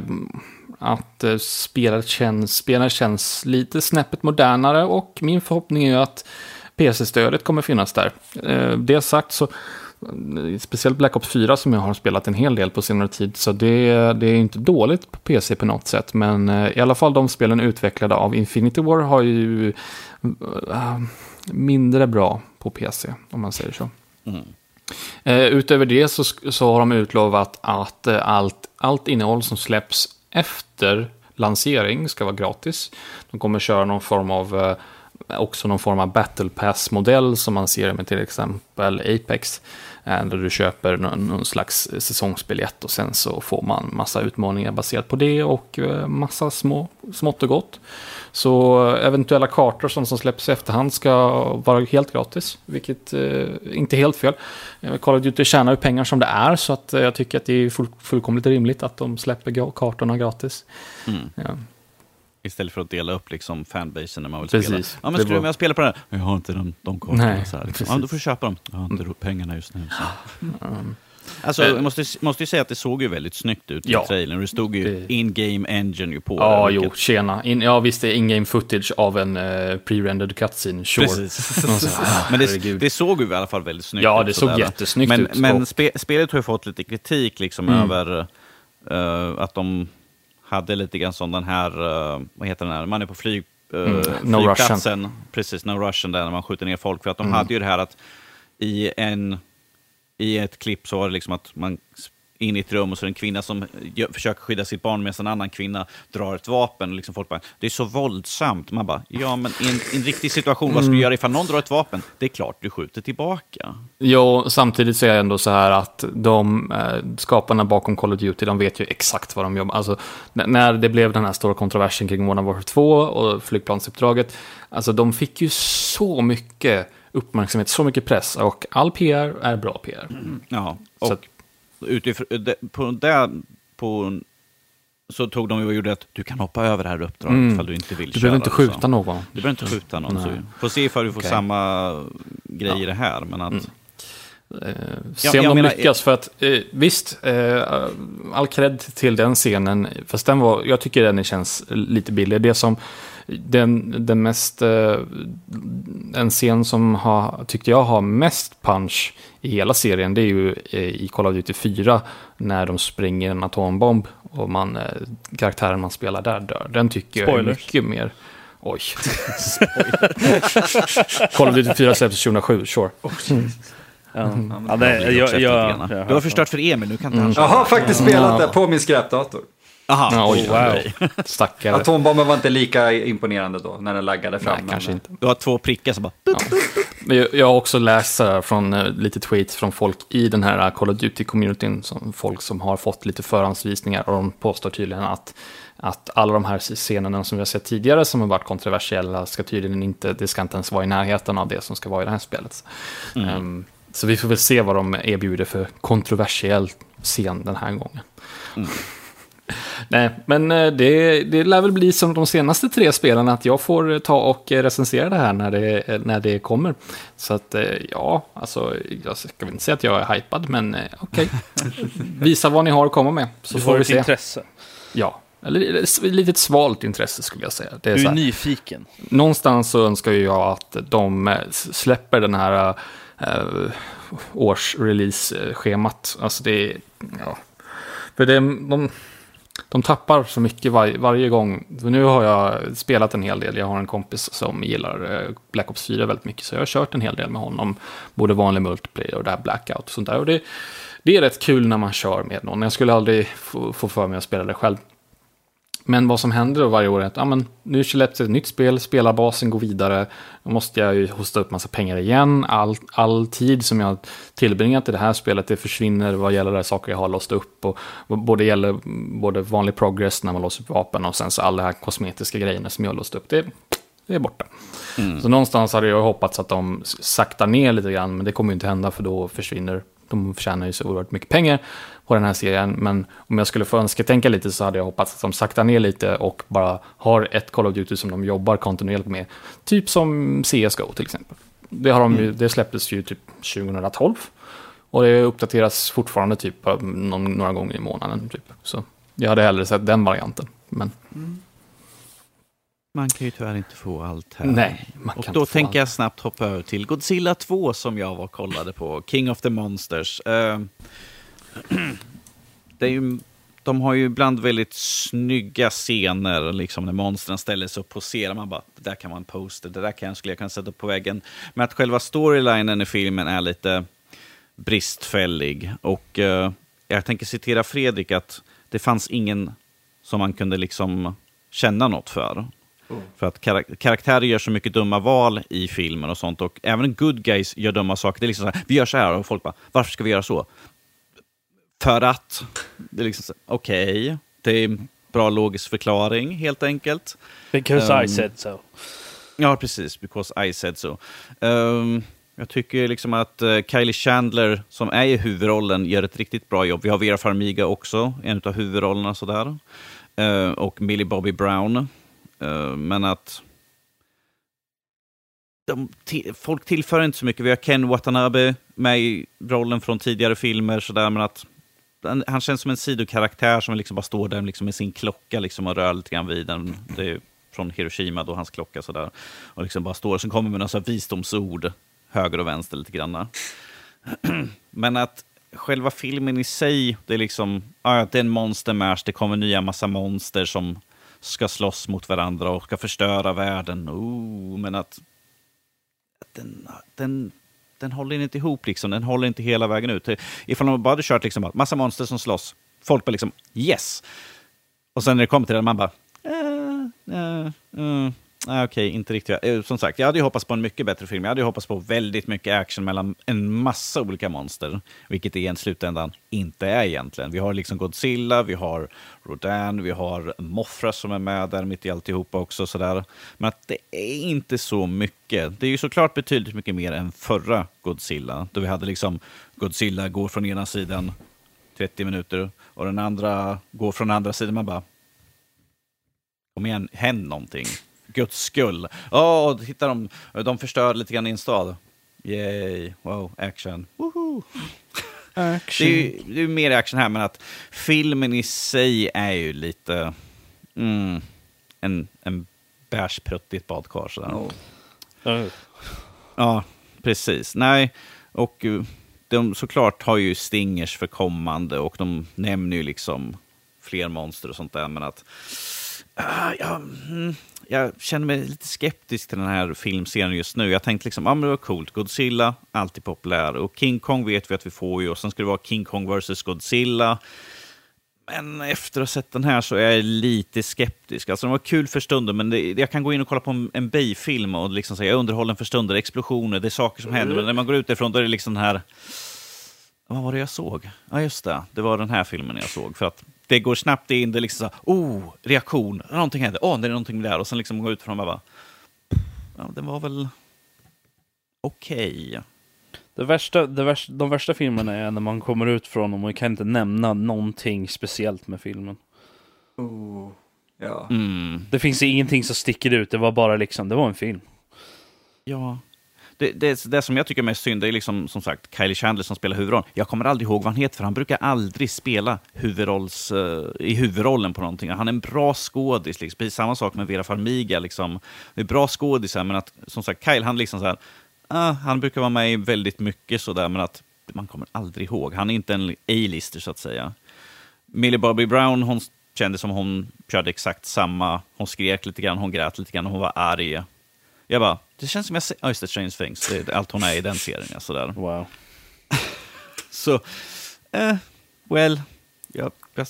Speaker 4: att uh, spelet känns, spelet känns lite snäppet modernare, och min förhoppning är att P C-stödet kommer finnas där. Uh, det sagt så, uh, speciellt Black Ops fyra som jag har spelat en hel del på senare tid, så det, det är inte dåligt på P C på något sätt, men uh, i alla fall de spelen utvecklade av Infinity War har ju uh, mindre bra på P C, om man säger så.
Speaker 2: Mm.
Speaker 4: Eh, utöver det så, så har de utlovat att eh, allt, allt innehåll som släpps efter lansering ska vara gratis. De kommer köra någon form av eh, också någon form av Battle Pass-modell som man ser med till exempel Apex, där du köper någon, någon slags säsongsbiljett och sen så får man massa utmaningar baserat på det och massa små, smått och gott. Så eventuella kartor som, som släpps i efterhand ska vara helt gratis, vilket eh, inte är helt fel. Call of Duty tjänar ju pengar som det är, så att jag tycker att det är full, fullkomligt rimligt att de släpper kartorna gratis.
Speaker 2: Mm.
Speaker 4: Ja.
Speaker 2: Istället för att dela upp liksom fanbasen när man vill
Speaker 4: Precis.
Speaker 2: spela. Ja, men skulle var... jag spela på det här? Jag har inte de, de korten. Så här, liksom. Ja, då får du köpa dem. Jag har inte mm. pengarna just nu. Mm. Alltså, jag måste, måste ju säga att det såg ju väldigt snyggt ut
Speaker 4: ja.
Speaker 2: i trailern. Det stod ju det... in-game engine ju på.
Speaker 4: Ja,
Speaker 2: det,
Speaker 4: jo,
Speaker 2: vilket...
Speaker 4: tjena. In, ja, visst, det är in-game footage av en uh, pre-rendered cutscene. Sure.
Speaker 2: Precis. Men det, det såg ju i alla fall väldigt snyggt
Speaker 4: ja,
Speaker 2: ut.
Speaker 4: Ja, det såg
Speaker 2: där.
Speaker 4: jättesnyggt
Speaker 2: men,
Speaker 4: ut.
Speaker 2: Men spe, spelet har ju fått lite kritik liksom mm. över uh, att de hade lite grann som den här, uh, vad heter den här, man är på flyg, uh,
Speaker 4: mm. no
Speaker 2: flygplatsen,
Speaker 4: Russian.
Speaker 2: Precis, No Russian, där när man skjuter ner folk, för att de
Speaker 4: mm.
Speaker 2: hade ju det här att i en i ett klipp så var det liksom att man in i ett rum och så är det en kvinna som gör, försöker skydda sitt barn medan en annan kvinna drar ett vapen och liksom folk bara, det är så våldsamt. Man bara, ja men i en, i en riktig situation, mm. vad skulle du göra ifall någon drar ett vapen? Det är klart du skjuter tillbaka.
Speaker 4: Jo, samtidigt så är det ändå så här att de eh, skaparna bakom Call of Duty, de vet ju exakt vad de jobbar. Alltså, n- när det blev den här stora kontroversen kring Modern Warfare två och flygplansuppdraget, alltså de fick ju så mycket uppmärksamhet, så mycket press, och all P R är bra P R.
Speaker 2: Mm. Ja, och
Speaker 4: så att,
Speaker 2: utifrån på det på så tog de ju och gjorde att du kan hoppa över det här uppdraget mm. ifall du inte vill
Speaker 4: du
Speaker 2: köra.
Speaker 4: Behöver inte skjuta
Speaker 2: så.
Speaker 4: någon.
Speaker 2: Du behöver inte skjuta någon. Så får se ifall du får okay. samma grej i ja. det här, men att
Speaker 4: mm. eh, se om de menar, lyckas, för att eh, visst eh, all cred till den scenen, fast den var, jag tycker den känns lite billig. Det som den, den mest eh, en scen som har, tyckte jag har mest punch i hela serien, det är ju eh, i Call of Duty fyra när de springer en atombomb och man, eh, karaktären man spelar där dör. Den tycker Spoilers. jag är mycket mer. Oj. Call of Duty fyra släpptes tjugohundrasju, sure. Mm.
Speaker 3: Ja. Mm. Ja, det, jag, jag, jag,
Speaker 2: du har förstört för Emil, nu kan inte
Speaker 1: mm. han Jag har faktiskt spelat det på min skräpdator.
Speaker 2: Aha,
Speaker 4: ja, oj, wow. Stackare.
Speaker 1: Atombomben var inte lika imponerande då när den laggade fram.
Speaker 4: Nej, kanske inte.
Speaker 2: Du har två prickar som bara...
Speaker 4: Ja. Men jag, jag har också läst från uh, lite tweets från folk i den här Call of Duty-communityn, som folk som har fått lite förhandsvisningar, och de påstår tydligen att, att alla de här scenerna som vi har sett tidigare som har varit kontroversiella ska tydligen inte, det ska inte ens vara i närheten av det som ska vara i det här spelet. Mm. Um, så vi får väl se vad de erbjuder för kontroversiell scen den här gången. Mm. Nej, men det, det lär väl bli som de senaste tre spelen, att jag får ta och recensera det här när det, när det kommer. Så att ja, alltså jag ska väl inte säga att jag är hypad, men okej. Okay. Visa vad ni har att komma med, så
Speaker 3: du
Speaker 4: får vi
Speaker 3: ett
Speaker 4: se.
Speaker 3: Intresse.
Speaker 4: Ja, eller ett litet svalt intresse skulle jag säga. Det är
Speaker 3: du är
Speaker 4: så här,
Speaker 3: nyfiken.
Speaker 4: Någonstans så önskar jag att de släpper den här uh, årsrelease-schemat. Alltså det är, ja, för det, de De tappar så mycket var, varje gång. Nu har jag spelat en hel del. Jag har en kompis som gillar Black Ops fyra väldigt mycket, så jag har kört en hel del med honom. Både vanlig multiplayer och det här Blackout och sånt där. Och det, det är rätt kul när man kör med någon. Jag skulle aldrig få, få för mig att spela det själv. Men vad som händer då varje år är att ja, men, nu släpps ett nytt spel, spelarbasen går vidare. Då måste jag ju hosta upp massa pengar igen. All, all tid som jag tillbringat i det här spelet, det försvinner vad gäller de saker jag har låst upp. Och både gäller både vanlig progress när man låser upp vapen, och sen så alla de här kosmetiska grejerna som jag har låst upp, det, det är borta. Mm. Så någonstans hade jag hoppats att de saktar ner lite grann, men det kommer ju inte hända, för då försvinner. De förtjänar ju så oerhört mycket pengar på den här serien, men om jag skulle få önska tänka lite, så hade jag hoppats att de saktar ner lite och bara har ett Call of Duty som de jobbar kontinuerligt med, typ som C S G O till exempel. Det, har de ju, mm. det släpptes ju typ tjugohundratolv och det uppdateras fortfarande typ någon, några gånger i månaden typ. Så jag hade hellre sett den varianten, men mm.
Speaker 2: man kan ju tyvärr inte få allt här.
Speaker 4: Nej, man
Speaker 2: och
Speaker 4: kan
Speaker 2: då
Speaker 4: inte få
Speaker 2: tänker
Speaker 4: allt.
Speaker 2: Jag snabbt hoppa över till Godzilla två som jag var kollade på. King of the Monsters. Uh, det är ju de har ju ibland väldigt snygga scener, liksom när monstren ställer sig och poserar. Man bara, det där kan vara en poster, det där kan jag, skulle jag kunna sätta upp på väggen. Men att själva storylinen i filmen är lite bristfällig. Och uh, jag tänker citera Fredrik att det fanns ingen som man kunde liksom känna något för. Oh. För att karak- karaktärer gör så mycket dumma val i filmen och sånt. Och även good guys gör dumma saker. Det är liksom så här, vi gör så här och folk bara, varför ska vi göra så? För att, det är liksom så, okej, okay, det är en bra logisk förklaring helt enkelt.
Speaker 3: Because
Speaker 2: um,
Speaker 3: I said so.
Speaker 2: Ja, precis, because I said so. Um, jag tycker liksom att uh, Kylie Chandler, som är i huvudrollen, gör ett riktigt bra jobb. Vi har Vera Farmiga också, en av huvudrollerna sådär. Uh, och Millie Bobby Brown. Uh, men att de t- folk tillför inte så mycket. Vi har Ken Watanabe med i rollen från tidigare filmer sådär, men att han, han känns som en sidokaraktär som liksom bara står där liksom med sin klocka liksom och rör lite grann vid den. Det är från Hiroshima då, hans klocka sådär. Och liksom bara står och sen kommer med några visdomsord höger och vänster lite grann. Men att själva filmen i sig, det är liksom, ja, det är en monstermash, det kommer nya massa monster som ska slåss mot varandra och ska förstöra världen. Oh, men att den, den, den håller inte ihop liksom, den håller inte hela vägen ut. Ifall de bara hade kört liksom massa monster som slåss, folk bara liksom, yes! Och sen när det kommer till det, man bara, äh, äh, äh. Okej, okay, inte riktigt. Som sagt, jag hade ju hoppats på en mycket bättre film. Jag hade ju hoppats på väldigt mycket action mellan en massa olika monster. Vilket det i en slutändan inte är egentligen. Vi har liksom Godzilla, vi har Rodan, vi har Mothra som är med där mitt i alltihopa också. Sådär. Men att det är inte så mycket. Det är ju såklart betydligt mycket mer än förra Godzilla. Då vi hade liksom Godzilla går från ena sidan trettio minuter och den andra går från andra sidan. Man bara, kom igen, händ någonting. Guds skull. Åh, oh, hittar de, de förstör lite grann i en stad. Yay, wow, action. Woohoo. Action. Det är ju det är mer action här, men att filmen i sig är ju lite mm, en, en bärsprutt i ett badkar.
Speaker 3: Oh.
Speaker 2: Uh. Ja, precis. Nej, och de såklart har ju stingers för kommande och de nämner ju liksom fler monster och sånt där, men att uh, ja, mm, jag känner mig lite skeptisk till den här filmserien just nu. Jag tänkte liksom, ja ah, men det var coolt. Godzilla, alltid populär. Och King Kong vet vi att vi får ju. Och sen ska det vara King Kong versus Godzilla. Men efter att ha sett den här så är jag lite skeptisk. Alltså den var kul för stunden, men det, jag kan gå in och kolla på en, en Bay-film och liksom säga, jag underhåller för stunder, explosioner, det är saker som händer. Men när man går ut ifrån då är det liksom den här, vad var det jag såg? Ja just det, det var den här filmen jag såg. För att det går snabbt in, det är liksom så, oh, reaktion, någonting händer, åh, oh, det är någonting där. Och sen liksom gå ut från och bara, ja, det var väl okej. Okay.
Speaker 3: Det värsta, det värsta, de värsta filmerna är när man kommer ut från dem och man kan inte nämna någonting speciellt med filmen.
Speaker 1: Oh, ja.
Speaker 2: Mm.
Speaker 3: Det finns ingenting som sticker ut, det var bara liksom, det var en film.
Speaker 2: Ja. Det, det, det som jag tycker är mest synd, det är liksom, som sagt, Kylie Chandler som spelar huvudrollen. Jag kommer aldrig ihåg vad han heter, för han brukar aldrig spela huvudrolls, uh, i huvudrollen på någonting. Han är en bra skådis, liksom. Precis samma sak med Vera Farmiga. Liksom. Det är bra skådisar, men att, som sagt, Kyle, han liksom så här, uh, han brukar vara med i väldigt mycket sådär, men att man kommer aldrig ihåg. Han är inte en A-lister, så att säga. Millie Bobby Brown, hon kände som hon körde exakt samma. Hon skrek lite grann, hon grät lite grann, hon var arg. Jag bara, det känns som jag ser... Oh, just det, Strange Things. Det är allt hon är i den serien. Ja, sådär.
Speaker 3: Wow.
Speaker 2: Så, eh, well, jag, jag,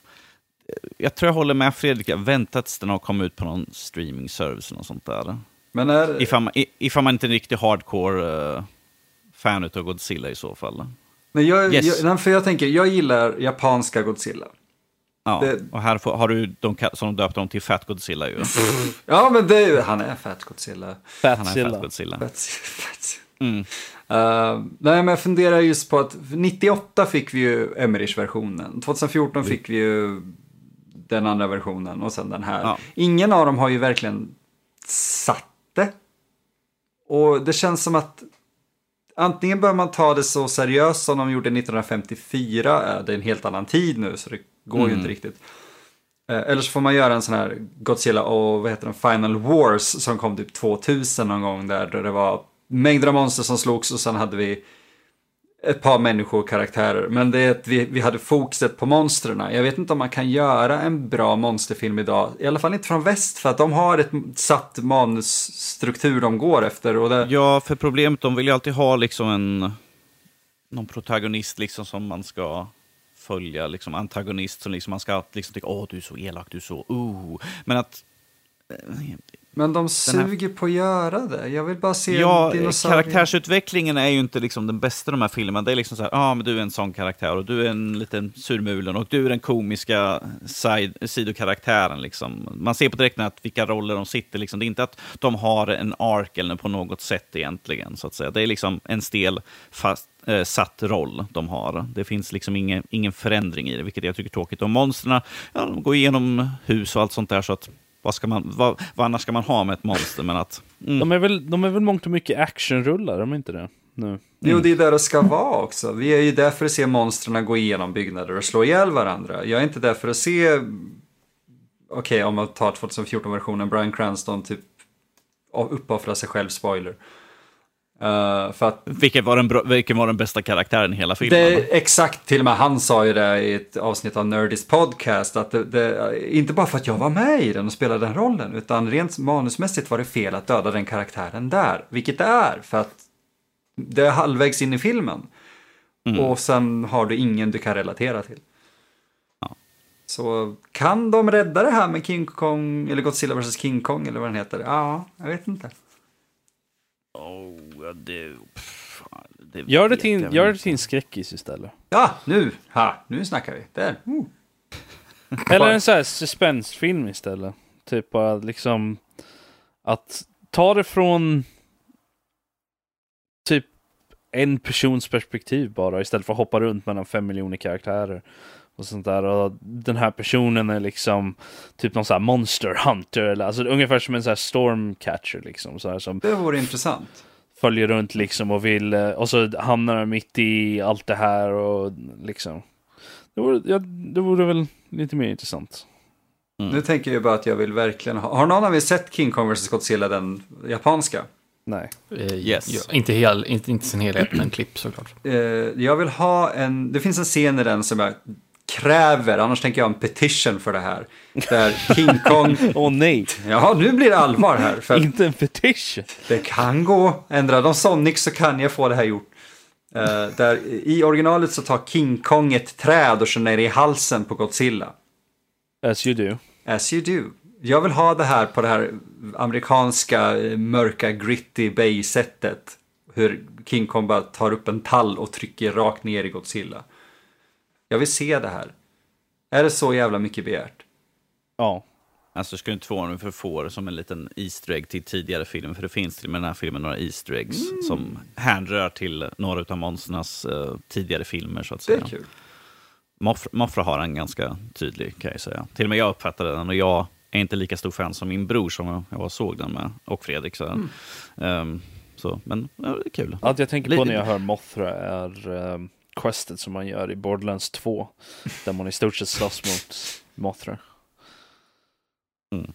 Speaker 2: jag tror jag håller med Fredrik. Jag väntar tills den har kommit ut på någon streaming service eller något sånt där.
Speaker 1: Men är...
Speaker 2: Ifall man, ifall man inte är en riktig hardcore uh, fan av Godzilla i så fall.
Speaker 1: Men jag,
Speaker 2: yes.
Speaker 1: jag, för jag tänker, jag gillar japanska Godzilla.
Speaker 2: Ja,
Speaker 1: det...
Speaker 2: och här får, har du de som de döpte dem till Fat Godzilla ju.
Speaker 1: Ja, men det är ju, han är Fat Godzilla.
Speaker 2: Han är Fat Godzilla.
Speaker 1: Fat, fat.
Speaker 2: Mm.
Speaker 1: Uh, nej, men jag funderar just på att nittioåtta fick vi ju Emmerich-versionen. tjugohundrafjorton mm. fick vi ju den andra versionen och sen den här. Ja. Ingen av dem har ju verkligen satt det. Och det känns som att antingen bör man ta det så seriöst som de gjorde nittonhundrafemtiofyra. Det är en helt annan tid nu, så det går mm. ju inte riktigt. Eller så får man göra en sån här Godzilla och vad heter den, Final Wars som kom typ tvåtusen någon gång där, där det var mängder av monster som slogs och sen hade vi ett par människokaraktärer. Men det är att vi, vi hade fokuset på monstren. Jag vet inte om man kan göra en bra monsterfilm idag. I alla fall inte från väst, för att de har ett satt manusstruktur de går efter. Och det...
Speaker 2: Ja, för problemet, de vill ju alltid ha liksom en någon protagonist liksom som man ska följa, liksom antagonist som liksom man ska liksom tycka, åh du är så elak, du är så, oh. Men att...
Speaker 1: Men de suger här... på att göra det. Jag vill bara se
Speaker 2: ja,
Speaker 1: dinosaurier.
Speaker 2: Karaktärsutvecklingen är ju inte liksom den bästa i de här filmerna. Det är liksom så här, ja ah, men du är en sån karaktär och du är en liten surmulen och du är den komiska side, sidokaraktären liksom. Man ser på direkt att vilka roller de sitter liksom. Det är inte att de har en ark eller på något sätt egentligen så att säga. Det är liksom en stel fast eh, satt roll de har. Det finns liksom ingen, ingen förändring i det, vilket jag tycker är tråkigt. Och monsterna, ja, de går igenom hus och allt sånt där så att Vad, ska man, vad, vad annars ska man ha med ett monster? Men att, mm.
Speaker 3: de, är väl, de är väl mångt och mycket actionrullar, de är inte det? Nu. Mm.
Speaker 1: Jo, det är där det ska vara också. Vi är ju där för att se monstren gå igenom byggnader och slå ihjäl varandra. Jag är inte där för att se, okej, okay, om man tar tjugohundrafjorton-versionen, Bryan Cranston typ uppoffrar sig själv, spoiler. Uh, för att
Speaker 2: vilken, var den, vilken var den bästa karaktären i hela filmen?
Speaker 1: Det, exakt, till och med han sa ju det i ett avsnitt av Nerdist podcast att det, det, inte bara för att jag var med i den och spelade den rollen, utan rent manusmässigt var det fel att döda den karaktären där, vilket det är för att det är halvvägs in i filmen mm. och sen har du ingen du kan relatera till. Ja. Så kan de rädda det här med King Kong eller Godzilla versus King Kong eller vad den heter? Ja, jag vet inte.
Speaker 2: Oh, det, pff, det
Speaker 3: gör det till, gör det till en skräckis istället.
Speaker 1: Ja, nu, ha, nu snackar vi. Där. Uh.
Speaker 3: Eller en sån här suspensfilm istället. Typ att liksom att ta det från typ en persons perspektiv bara istället för att hoppa runt mellan fem miljoner karaktärer och sånt där. Och den här personen är liksom typ någon sån här monster hunter eller alltså ungefär som en sån här stormcatcher liksom så här som
Speaker 1: det vore intressant.
Speaker 3: Följer runt liksom och vill och så hamnar mitt i allt det här och liksom det vore, ja, det vore väl lite mer intressant.
Speaker 1: Mm. Nu tänker jag bara att jag vill verkligen ha... Har någon av er sett King Kong versus Godzilla, den japanska?
Speaker 3: Nej.
Speaker 4: Uh, yes. Ja, inte, hel, inte, inte sin helhet, men klipp såklart.
Speaker 1: Uh, jag vill ha en... Det finns en scen i den som jag kräver, annars tänker jag en petition för det här. Där King Kong...
Speaker 3: Åh oh, nej.
Speaker 1: Ja, nu blir det allvar här. För
Speaker 3: inte en petition.
Speaker 1: Det kan gå. Ändrar de Sonic så kan jag få det här gjort. Uh, där i originalet så tar King Kong ett träd och kör ner i halsen på Godzilla.
Speaker 3: As you do.
Speaker 1: As you do. Jag vill ha det här på det här amerikanska mörka gritty bay-sättet. Hur King Kong bara tar upp en tall och trycker rakt ner i Godzilla. Jag vill se det här. Är det så jävla mycket begärt?
Speaker 3: Ja.
Speaker 2: Alltså ska du inte få honom för får som en liten easter egg till tidigare film. För det finns till med den här filmen några easter eggs mm. som hänrör till några av monsternas uh, tidigare filmer så att säga.
Speaker 1: Det är kul.
Speaker 2: Mothra, Mothra har en ganska tydlig kan jag säga. Till och med jag uppfattade den och jag är inte lika stor fan som min bror som jag, jag såg den med och Fredrik. Så, mm. um, så men ja, det är kul.
Speaker 3: Allt jag tänker på när jag hör Mothra är um, questet som man gör i Borderlands två där man i stort sett slåss mot Mothra.
Speaker 2: Mm.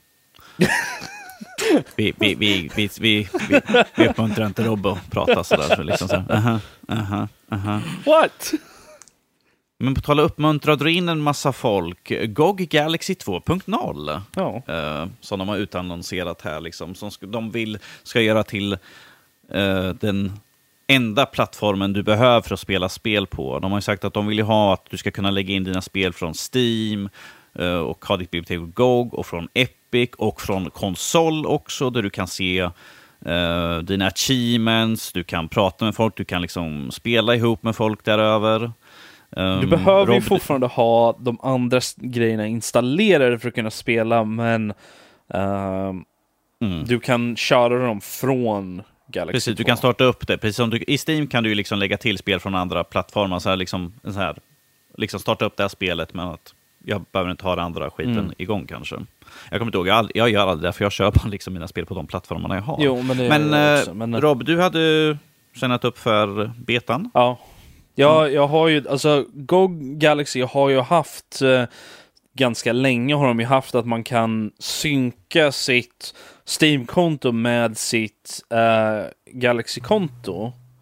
Speaker 2: vi, vi, vi, vi, vi, vi, vi uppmuntrar inte Rob att prata sådär. Så liksom så här, aha, aha, aha.
Speaker 3: What?
Speaker 2: Men på tal om uppmuntra, dra in en massa folk. G O G Galaxy två punkt noll
Speaker 3: ja.
Speaker 2: eh, som de har utannonserat här liksom, som ska, de vill ska göra till eh, den enda plattformen du behöver för att spela spel på. De har ju sagt att de vill ju ha att du ska kunna lägga in dina spel från Steam eh, och ha ditt bibliotek på G O G och från Epic och från konsol också där du kan se eh, dina achievements, du kan prata med folk, du kan liksom spela ihop med folk däröver.
Speaker 3: Um, du behöver Rob... ju fortfarande ha de andra grejerna installerade för att kunna spela, men uh, mm. du kan köra dem från Galaxy
Speaker 2: Precis,
Speaker 3: två.
Speaker 2: du kan starta upp det. Precis som du, i Steam kan du ju liksom lägga till spel från andra plattformar. Så här liksom, så här, liksom starta upp det här spelet, men att jag behöver inte ha den andra skiten mm. igång kanske. Jag kommer inte ihåg, jag, jag gör aldrig det, för jag kör bara liksom mina spel på de plattformarna jag har.
Speaker 3: Jo, men det
Speaker 2: men,
Speaker 3: är
Speaker 2: eh,
Speaker 3: också, men
Speaker 2: Rob, du hade signat upp för betan.
Speaker 3: Ja. Ja, jag har ju, alltså G O G Galaxy har ju haft eh, ganska länge har de ju haft att man kan synka sitt Steam-konto med sitt eh, Galaxy-konto.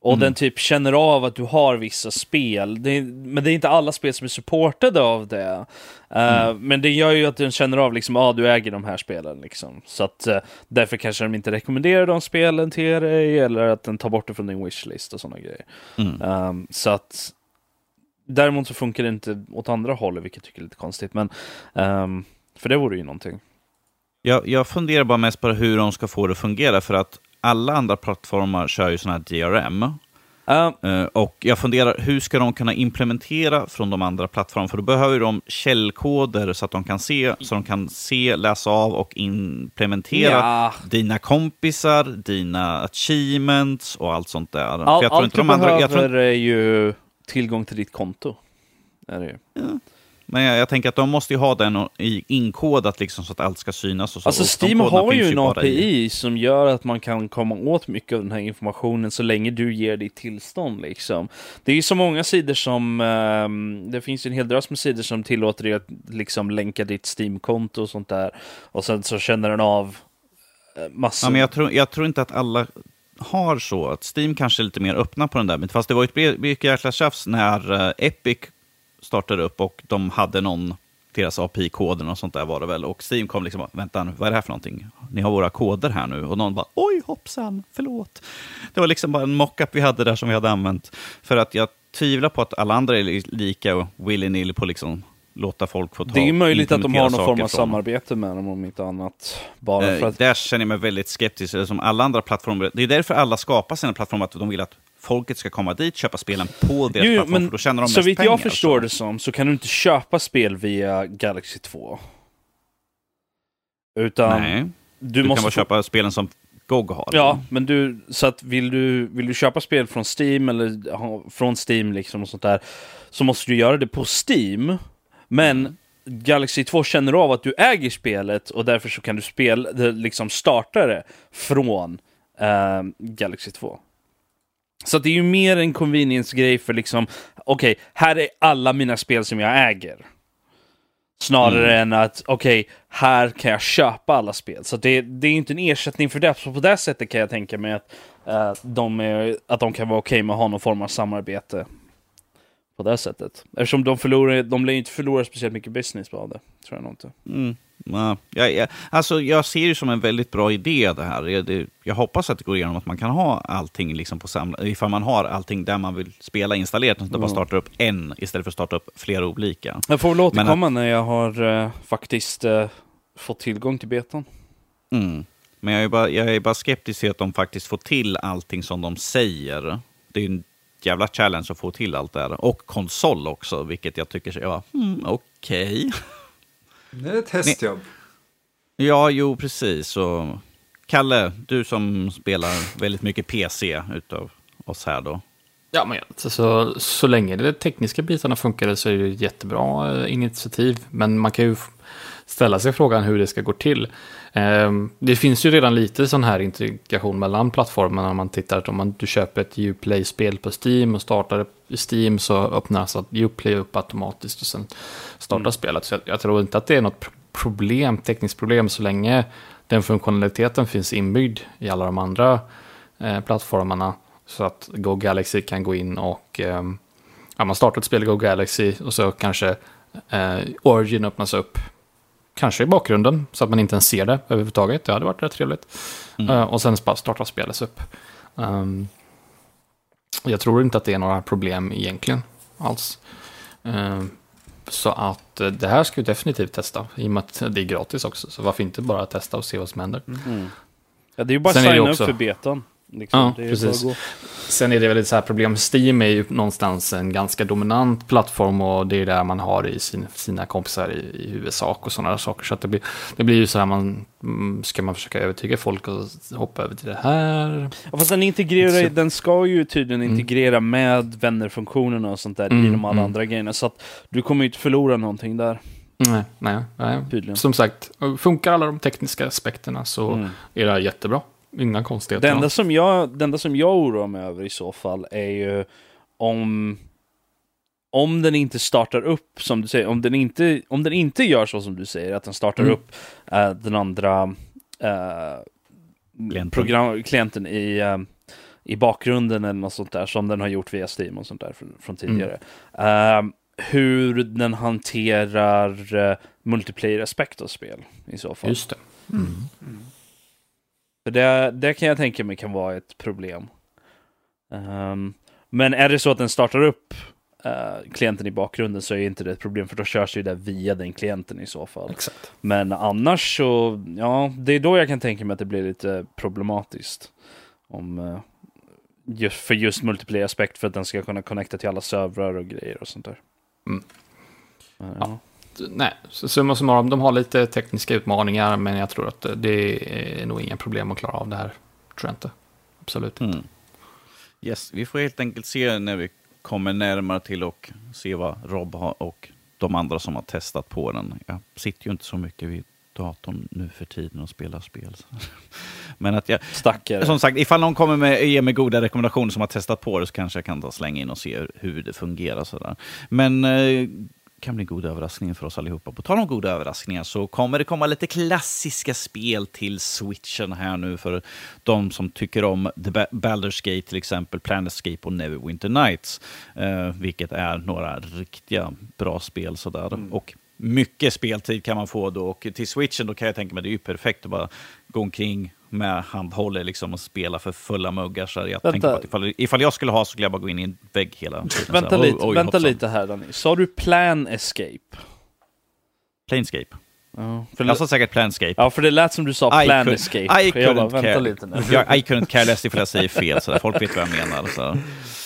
Speaker 3: Och
Speaker 2: Mm.
Speaker 3: den typ känner av att du har vissa spel. Det är, men det är inte alla spel som är supportade av det. Uh,
Speaker 2: Mm.
Speaker 3: Men det gör ju att den känner av liksom, ja ah, du äger de här spelen liksom. Så att uh, därför kanske de inte rekommenderar de spelen till dig, eller att den tar bort det från din wishlist och sådana grejer.
Speaker 2: Mm.
Speaker 3: Um, så att däremot så funkar det inte åt andra hållet, vilket jag tycker är lite konstigt. Men um, för det vore ju någonting.
Speaker 2: Jag, jag funderar bara mest på hur de ska få det att fungera, för att alla andra plattformar kör ju sådana här D R M.
Speaker 3: Uh,
Speaker 2: Uh, och jag funderar, hur ska de kunna implementera från de andra plattformarna? För då behöver de källkoder så att de kan se, så de kan se, läsa av och implementera
Speaker 3: ja.
Speaker 2: dina kompisar, dina achievements och allt sånt där.
Speaker 3: All,
Speaker 2: För jag tror
Speaker 3: allt
Speaker 2: inte
Speaker 3: du
Speaker 2: de andra,
Speaker 3: behöver
Speaker 2: jag tror,
Speaker 3: är ju tillgång till ditt konto. Är det ju.
Speaker 2: ja. Men jag, jag tänker att de måste ju ha den i, inkodat liksom, så att allt ska synas. Och så.
Speaker 3: Alltså
Speaker 2: och
Speaker 3: Steam har ju en
Speaker 2: bara
Speaker 3: A P I
Speaker 2: i.
Speaker 3: som gör att man kan komma åt mycket av den här informationen så länge du ger ditt tillstånd liksom. Det är ju så många sidor som um, det finns ju en hel drös med sidor som tillåter dig att liksom länka ditt Steam-konto och sånt där, och sen så känner den av uh, massor.
Speaker 2: Ja, men jag tror, jag tror inte att alla har så. Att Steam kanske är lite mer öppna på den där. Men fast det var ju ett mycket jäkla tjafs när uh, Epic startade upp och de hade någon, deras A P I-koden och sånt där var det väl. Och Steam kom liksom, vänta nu, vad är det här för någonting? Ni har våra koder här nu. Och någon bara, oj hoppsan, förlåt. Det var liksom bara en mockup vi hade där som vi hade använt. För att jag tvivlar på att alla andra är lika willy-nilly på liksom låta folk få ta.
Speaker 3: Det är ju möjligt att de har någon form av
Speaker 2: från.
Speaker 3: samarbete med dem, om inte annat. Bara
Speaker 2: Eh,
Speaker 3: för att...
Speaker 2: Där känner jag mig väldigt skeptisk. Som alla andra plattformar. Det är därför alla skapar sina plattformar, att de vill att folket ska komma dit, köpa spelen på deras
Speaker 3: Jo,
Speaker 2: plattform,
Speaker 3: men
Speaker 2: för då tjänar de
Speaker 3: så
Speaker 2: mest
Speaker 3: vitt
Speaker 2: pengar.
Speaker 3: jag förstår
Speaker 2: så.
Speaker 3: det som, så kan du inte köpa spel via Galaxy två. Utan
Speaker 2: Nej,
Speaker 3: du,
Speaker 2: du
Speaker 3: måste
Speaker 2: kan bara
Speaker 3: få...
Speaker 2: köpa spelen som G O G har.
Speaker 3: Ja, men du, så att vill du, vill du köpa spel från Steam eller ha, från Steam liksom och sånt där, så måste du göra det på Steam. Men
Speaker 2: Mm.
Speaker 3: Galaxy två känner av att du äger spelet, och därför så kan du spela, liksom starta det från eh, Galaxy två. Så det är ju mer en convenience-grej för liksom, okej, okay, här är alla mina spel som jag äger. Snarare mm. än att, okej, okay, här kan jag köpa alla spel. Så det, det är ju inte en ersättning för det. Så på det sättet kan jag tänka mig att, uh, de, är, att de kan vara okej okay med att ha någon form av samarbete. På det sättet. Eftersom de förlorar, de lär ju inte förlora speciellt mycket business på det. Tror jag nog inte.
Speaker 2: Mm. Ja, jag, jag, alltså jag ser det som en väldigt bra idé det här. Jag, det, jag hoppas att det går igenom att man kan ha allting liksom på samla, ifall man har allting där man vill spela installerat, så att mm. bara startar upp en istället för att starta upp flera olika.
Speaker 3: Jag får väl återkomma
Speaker 2: att,
Speaker 3: när jag har uh, faktiskt uh, fått tillgång till betan.
Speaker 2: Mm. Men jag är, bara, jag är bara skeptisk till att de faktiskt får till allting som de säger. Det är en jävla challenge att få till allt det här. Och konsol också, vilket jag tycker är mm, okej. Okay.
Speaker 1: Det är ett hästjobb.
Speaker 2: Ja, jo, precis. Och Kalle, du som spelar väldigt mycket P C utav oss här då.
Speaker 4: Ja, men så, så, så länge de tekniska bitarna funkar så är det ett jättebra initiativ. Men man kan ju ställa sig frågan hur det ska gå till. Um, det finns ju redan lite sån här integration mellan plattformarna. När man tittar att om man, du köper ett Uplay-spel på Steam och startar i Steam, så öppnas att Uplay upp automatiskt och sen startar mm. spelet. Så jag, jag tror inte att det är något problem, tekniskt problem, så länge den funktionaliteten finns inbyggd i alla de andra eh, plattformarna. Så att Go Galaxy kan gå in och eh, ja, man startar ett spel i Go Galaxy och så kanske eh, Origin öppnas upp. Kanske i bakgrunden, så att man inte ens ser det överhuvudtaget. Det hade varit rätt trevligt. Mm. Uh, och sen startar spelet upp. Um, jag tror inte att det är några problem egentligen alls. Uh, så att uh, det här ska vi definitivt testa. I och med att det är gratis också. Så varför inte bara testa och se vad som händer.
Speaker 3: Mm. Ja, det är ju bara att signa upp för betan. Liksom.
Speaker 4: Ja,
Speaker 3: det är
Speaker 4: precis. Sen är det väl ett så här problem. Steam är ju någonstans en ganska dominant plattform, och det är där man har i sin, sina kompisar i, i huvudsak och sådana saker. Så att det blir, det blir ju så här, man ska man försöka övertyga folk och hoppa över till det här.
Speaker 3: Ja, fast den integrerar,
Speaker 4: så.
Speaker 3: Den ska ju tydligen integrera mm. med vännerfunktionerna och sånt där mm, i de alla
Speaker 4: mm.
Speaker 3: andra grejerna. Så att du kommer ju inte förlora någonting där.
Speaker 4: Nej, nej, nej. Som sagt, funkar alla de tekniska aspekterna så mm. är det jättebra. Inga konstigheter.
Speaker 3: Det enda, som jag, det enda som jag oroar mig över i så fall är ju om om den inte startar upp som du säger, om den inte, om den inte gör så som du säger, att den startar mm. upp äh, den andra äh,
Speaker 2: klienten.
Speaker 3: Program, klienten i, äh, i bakgrunden eller något sånt där som den har gjort via Steam och sånt där från, från tidigare. Mm. Uh, hur den hanterar uh, multiplayer-aspekt av spel i så fall.
Speaker 4: Just det. Mm.
Speaker 3: Mm. För det, det kan jag tänka mig kan vara ett problem. Um, men är det så att den startar upp uh, klienten i bakgrunden så är inte det ett problem, för då körs ju det via den klienten i så fall.
Speaker 4: Exakt.
Speaker 3: Men annars så, ja, det är då jag kan tänka mig att det blir lite problematiskt. Om, uh, just, för just multiplayer-aspekt, för att den ska kunna connecta till alla servrar och grejer och sånt där.
Speaker 4: Mm.
Speaker 3: Uh,
Speaker 4: ja. Nej, så summa summarum, de har lite tekniska utmaningar, men jag tror att det är nog inga problem att klara av det här. Tror jag inte. Absolut inte.
Speaker 2: Mm. Yes, vi får helt enkelt se när vi kommer närmare till och se vad Rob har och de andra som har testat på den. Jag sitter ju inte så mycket vid datorn nu för tiden och spelar spel. Men att jag,
Speaker 3: Stackare.
Speaker 2: Som sagt, ifall någon kommer med, ge mig goda rekommendationer som har testat på det, så kanske jag kan ta slänga in och se hur det fungerar. Sådär. Men eh, kan bli god överraskning för oss allihopa. På tal om goda överraskningar så kommer det komma lite klassiska spel till Switchen här nu för de som tycker om The Baldur's Gate till exempel, Planescape och Neverwinter Nights, eh, vilket är några riktiga bra spel sådär. Mm. Och mycket speltid kan man få då, och till Switchen då kan jag tänka mig det är ju perfekt att bara gå omkring med handhåller liksom och spela för fulla muggar. Så jag tänker på att ifall, ifall jag skulle ha så skulle jag bara gå in i en vägg hela tiden.
Speaker 3: Vänta,
Speaker 2: så här,
Speaker 3: lite,
Speaker 2: oj, oj,
Speaker 3: vänta
Speaker 2: hoppsan.
Speaker 3: lite här, Danny. Sa du Planescape?
Speaker 2: Planescape.
Speaker 3: Ja, för
Speaker 2: Jag sa säkert Planescape.
Speaker 3: Ja, för det lät som du sa
Speaker 2: I
Speaker 3: Planescape.
Speaker 2: Could, I
Speaker 3: jag bara,
Speaker 2: couldn't
Speaker 3: vänta
Speaker 2: care.
Speaker 3: lite nu.
Speaker 2: Jag, I couldn't care less ifall jag säger fel. Så där. Folk vet vad jag menar. Så.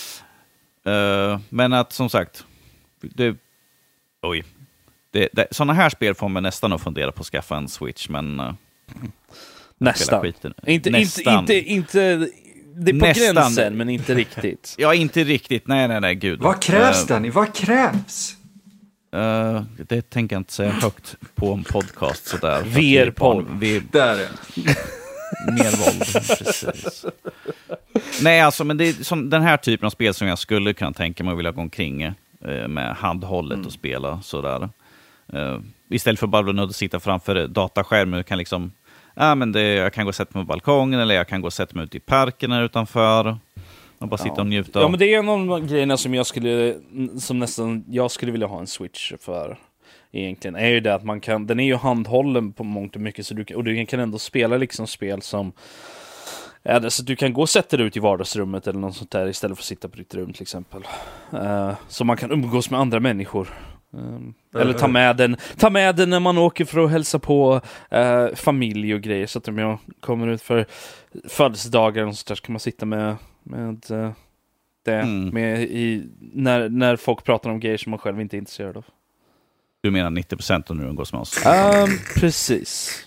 Speaker 2: Uh, men att som sagt, det, oj. Det, det, sådana här spel får man nästan att fundera på att skaffa en Switch, men uh,
Speaker 3: nästan. Inte,
Speaker 2: nästan.
Speaker 3: Inte, inte, inte, det är på nästan. Gränsen, men inte riktigt.
Speaker 2: Ja, inte riktigt. Nej, nej, nej, gud.
Speaker 1: Vad krävs,
Speaker 2: uh,
Speaker 1: Danny? Vad krävs?
Speaker 2: Uh, det tänker jag inte säga högt på en podcast sådär.
Speaker 3: V R-podd.
Speaker 1: Vi... Där är
Speaker 2: mer våld, precis. Nej, alltså, men det är som den här typen av spel som jag skulle kunna tänka mig att vilja gå omkring uh, med handhållet mm. och spela sådär. Uh, istället för bara att nödvändigt sitta framför dataskärmen kan liksom, ja, men det, jag kan gå och sätta mig på balkongen eller jag kan gå och sätta mig ute i parken här utanför och bara
Speaker 3: ja.
Speaker 2: sitta och njuta.
Speaker 3: Ja, men det är en av de grejerna som jag skulle som nästan jag skulle vilja ha en Switch för egentligen, är ju det att man kan, den är ju handhållen på mångt och mycket, så du, och du kan ändå spela liksom spel som ja, det, så du kan gå och sätta dig ut i vardagsrummet eller något sånt där istället för att sitta på ditt rum till exempel. Uh, så man kan umgås med andra människor. Um, eller ta med den ta med den när man åker för att hälsa på uh, familj och grejer, så att om jag kommer ut för födelsedagar och sånt där, så kan man sitta med, med uh, det mm. med i, när, när folk pratar om grejer som man själv inte är intresserad av.
Speaker 2: Du menar nittio procent om du umgås med oss?
Speaker 3: Um, precis.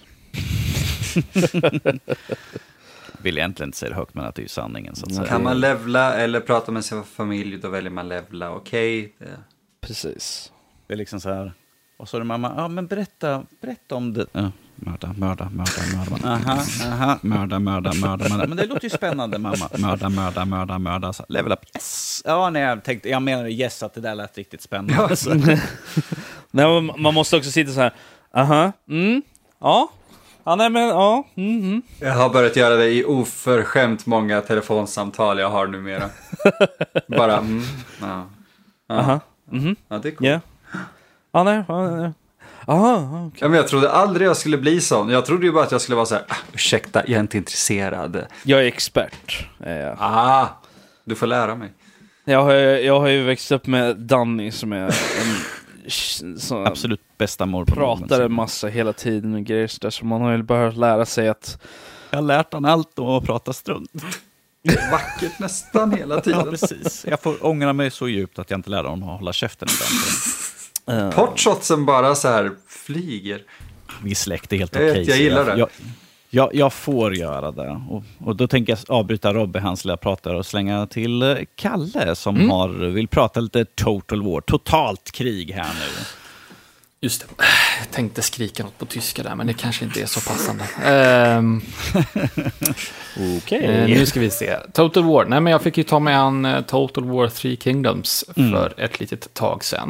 Speaker 2: Vill egentligen inte säga det högt, men att det är ju sanningen så att säga.
Speaker 1: Kan man levla eller prata med sin familj, då väljer man levla. Okej. Okay.
Speaker 3: Precis.
Speaker 2: Det är liksom så här. Och så är det mamma, ja men berätta, berätta om det. Ja, mörda, mörda, mörda, mörda. Aha, aha, mörda, mörda, mörda, mörda. Men det låter ju spännande, mamma. Mörda, mörda, mörda, mörda. Så, level up, yes. Ja, nej, jag tänkte, jag menar yes, att det där lät riktigt spännande. Ja.
Speaker 3: Nej, man måste också sitta så här, aha, mm, ja. Ja, nej, men, ja. Mm, mm.
Speaker 1: Jag har börjat göra det i oförskämt många telefonsamtal jag har numera. Bara, mm, ja. Ja.
Speaker 3: Aha. Mm-hmm.
Speaker 1: Ja, det är coolt.
Speaker 3: Yeah. Ah, nej, ah, nej. Aha, okay.
Speaker 1: Ja, men jag trodde aldrig jag skulle bli sån. Jag trodde ju bara att jag skulle vara så här, ah, ursäkta, jag är inte intresserad.
Speaker 3: Jag är expert. Ja.
Speaker 1: Ah, du får lära mig.
Speaker 3: Jag har, jag har ju växt upp med Danny som är en sån
Speaker 2: absolut bästa morbror.
Speaker 3: Pratar en massa hela tiden och grejer så där, så man har ju bara lära sig att
Speaker 2: jag har lärt han allt och prata strunt.
Speaker 1: Vackert nästan hela tiden.
Speaker 2: Ja, precis. Jag får ångra mig så djupt att jag inte lärde honom att hålla käften ibland.
Speaker 1: Uh. Portshotsen bara så här flyger.
Speaker 2: Vi släkt är helt
Speaker 1: okej.
Speaker 2: okej.
Speaker 1: Okay, jag gillar jag, det.
Speaker 2: Jag, jag, jag får göra det. Och, och då tänker jag avbryta Robbe, hans lilla pratare, och slänga till Kalle som mm. har, vill prata lite Total War. Totalt krig här nu.
Speaker 4: Just det. Jag tänkte skrika något på tyska där, men det kanske inte är så passande. um,
Speaker 3: Okej. Okay.
Speaker 4: Uh, nu ska vi se. Total War. Nej, men jag fick ju ta med en uh, Total War Three Kingdoms mm. för ett litet tag sedan.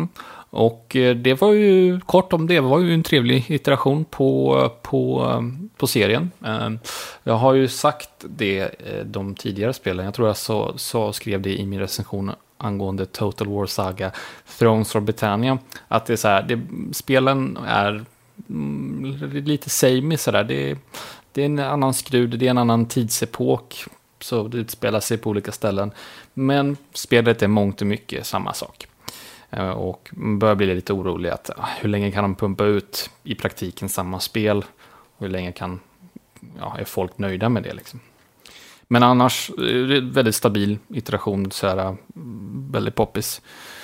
Speaker 4: Och det var ju, kort om det, var ju en trevlig iteration på, på, på serien. Jag har ju sagt det de tidigare spelen, jag tror jag så, så skrev det i min recension angående Total War Saga Thrones of Britannia, att det är så här, det, spelen är lite samey sådär, det, det är en annan skrud, det är en annan tidsepok, så det utspelar sig på olika ställen, men spelet är mångt och mycket samma sak. Och man börjar bli lite orolig att hur länge kan de pumpa ut i praktiken samma spel, hur länge kan, ja, är folk nöjda med det liksom. Men annars är det väldigt stabil iteration, så här, väldigt poppis.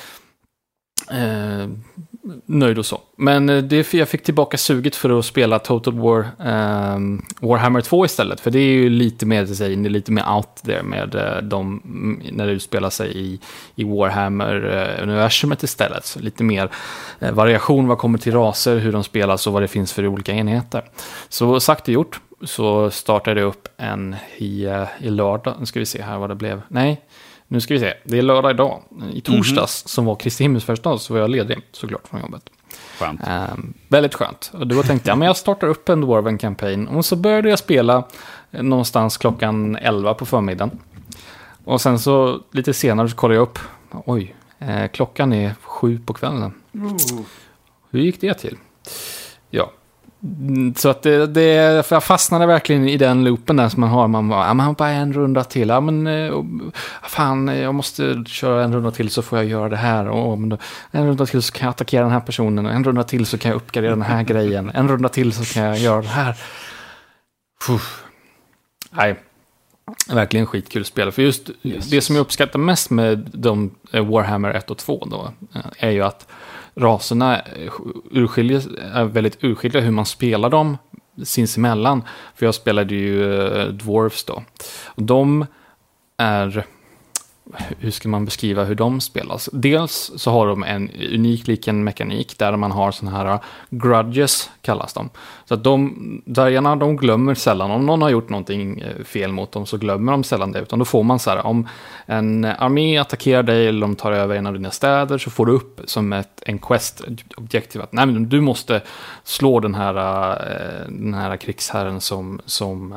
Speaker 4: Eh, nöjd och så. Men det, jag fick tillbaka suget för att spela Total War eh, Warhammer två istället. För det är ju lite mer, det är lite mer out there med de, när du spelar sig i, i Warhammer-universumet istället. Så lite mer eh, variation vad kommer till raser, hur de spelas och vad det finns för olika enheter. Så sagt och gjort. Så startade jag upp en i, i lördag. Nu ska vi se här vad det blev. Nej, nu ska vi se. Det är lördag idag. I torsdags, mm-hmm. som var Kristi himmelsfärdsdag, så var jag ledig såklart från jobbet.
Speaker 2: Skönt.
Speaker 4: Um, väldigt skönt. Och då tänkte jag, men jag startar upp en Dwarven campaign. Och så började jag spela någonstans klockan elva på förmiddagen. Och sen så lite senare så kollade jag upp. Oj, eh, klockan är sju på kvällen. Mm. Hur gick det till? Ja. Så att det, det, jag fastnade verkligen i den loopen där som man har. Man bara, ja, man har bara en runda till. Ja, men fan, jag måste köra en runda till så får jag göra det här. Och, men då, en runda till så kan jag attackera den här personen. En runda till så kan jag uppgradera den här grejen. En runda till så kan jag göra det här. Puh. Nej, verkligen skitkul spel. För just yes. det som jag uppskattar mest med de Warhammer ett och två då, är ju att raserna urskiljer, är väldigt urskilda hur man spelar dem sinsemellan. För jag spelade ju uh, Dwarfs då. Och de är, hur ska man beskriva hur de spelas? Dels så har de en unik liten mekanik där man har såna här grudges kallas de. Så att de, dvärgarna, de glömmer sällan. Om någon har gjort någonting fel mot dem så glömmer de sällan det. Utan då får man så här, om en armé attackerar dig eller de tar över en av dina städer så får du upp som ett, en quest-objektiv att nej, men du måste slå den här, den här krigsherren som... som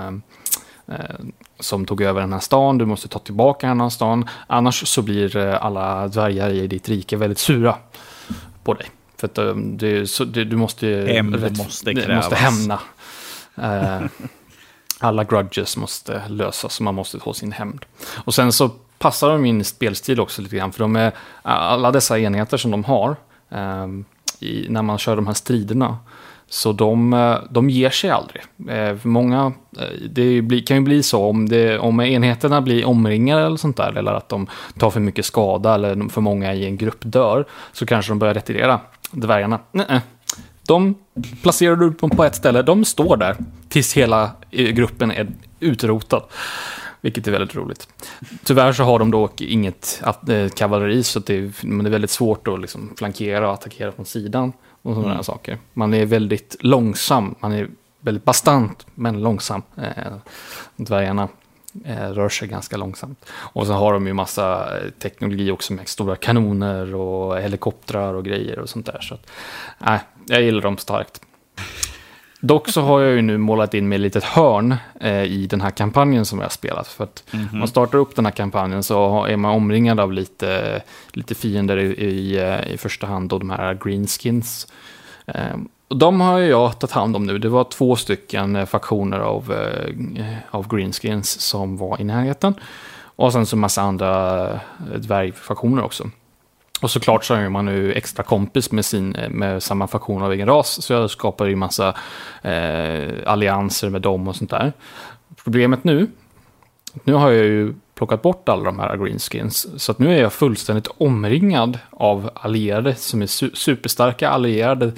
Speaker 4: som tog över den här stan, du måste ta tillbaka den här stan, annars så blir alla dvärgar i ditt rike väldigt sura på dig. För att det, så, det, du måste
Speaker 2: Hämnd rätt, måste krävas.
Speaker 4: måste hämna. eh, alla grudges måste lösas, så man måste få sin hämnd. Och sen så passar de in i spelstil också lite grann, för de är alla dessa enheter som de har eh, i, när man kör de här striderna. Så de, de ger sig aldrig. Eh, många, det blir, kan ju bli så om, det, om enheterna blir omringade eller sånt där, eller att de tar för mycket skada eller för många i en grupp dör, så kanske de börjar retirera dvärgarna. Nej, de placerar du på, på ett ställe, de står där tills hela gruppen är utrotad. Vilket är väldigt roligt. Tyvärr så har de dock inget kavalleri, så det, men det är väldigt svårt att liksom flankera och attackera från sidan. Och sådana mm. saker. Man är väldigt långsam. Man är väldigt bastant, men långsam. Eh, dvärgarna eh, rör sig ganska långsamt. Och så har de ju massa teknologi också med stora kanoner och helikoptrar och grejer och sånt där. Så att, eh, jag gillar dem starkt. Dock så har jag ju nu målat in med ett litet hörn eh, i den här kampanjen som jag har spelat. För att mm-hmm. man startar upp den här kampanjen så är man omringad av lite, lite fiender i, i, i första hand, och de här greenskins. Eh, och de har jag tagit hand om nu. Det var två stycken faktioner av, eh, av greenskins som var i närheten. Och sen så en massa andra dvärgfaktioner också. Och såklart så är man nu extra kompis med, sin, med samma faktion av egen ras. Så jag skapar ju massa eh, allianser med dem och sånt där. Problemet nu, nu har jag ju plockat bort alla de här greenskins. Så att nu är jag fullständigt omringad av allierade som är su- superstarka allierade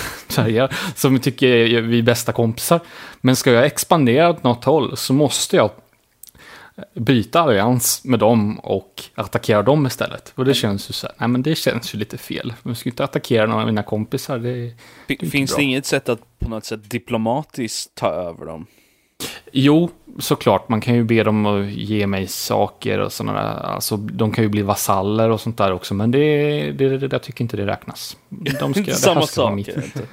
Speaker 4: som tycker vi är bästa kompisar. Men ska jag expandera åt något håll så måste jag byta allians med dem och attackera dem istället. Och det känns ju så här, nej men det känns ju lite fel. Jag ska inte attackera några av mina kompisar. Det, det
Speaker 3: Finns det inget sätt att på något sätt diplomatiskt ta över dem?
Speaker 4: Jo, såklart. Man kan ju be dem att ge mig saker och sådana där. Alltså, de kan ju bli vasaller och sånt där också. Men det, det, det jag tycker inte det räknas. De ska,
Speaker 3: Samma sak.
Speaker 4: Mitt,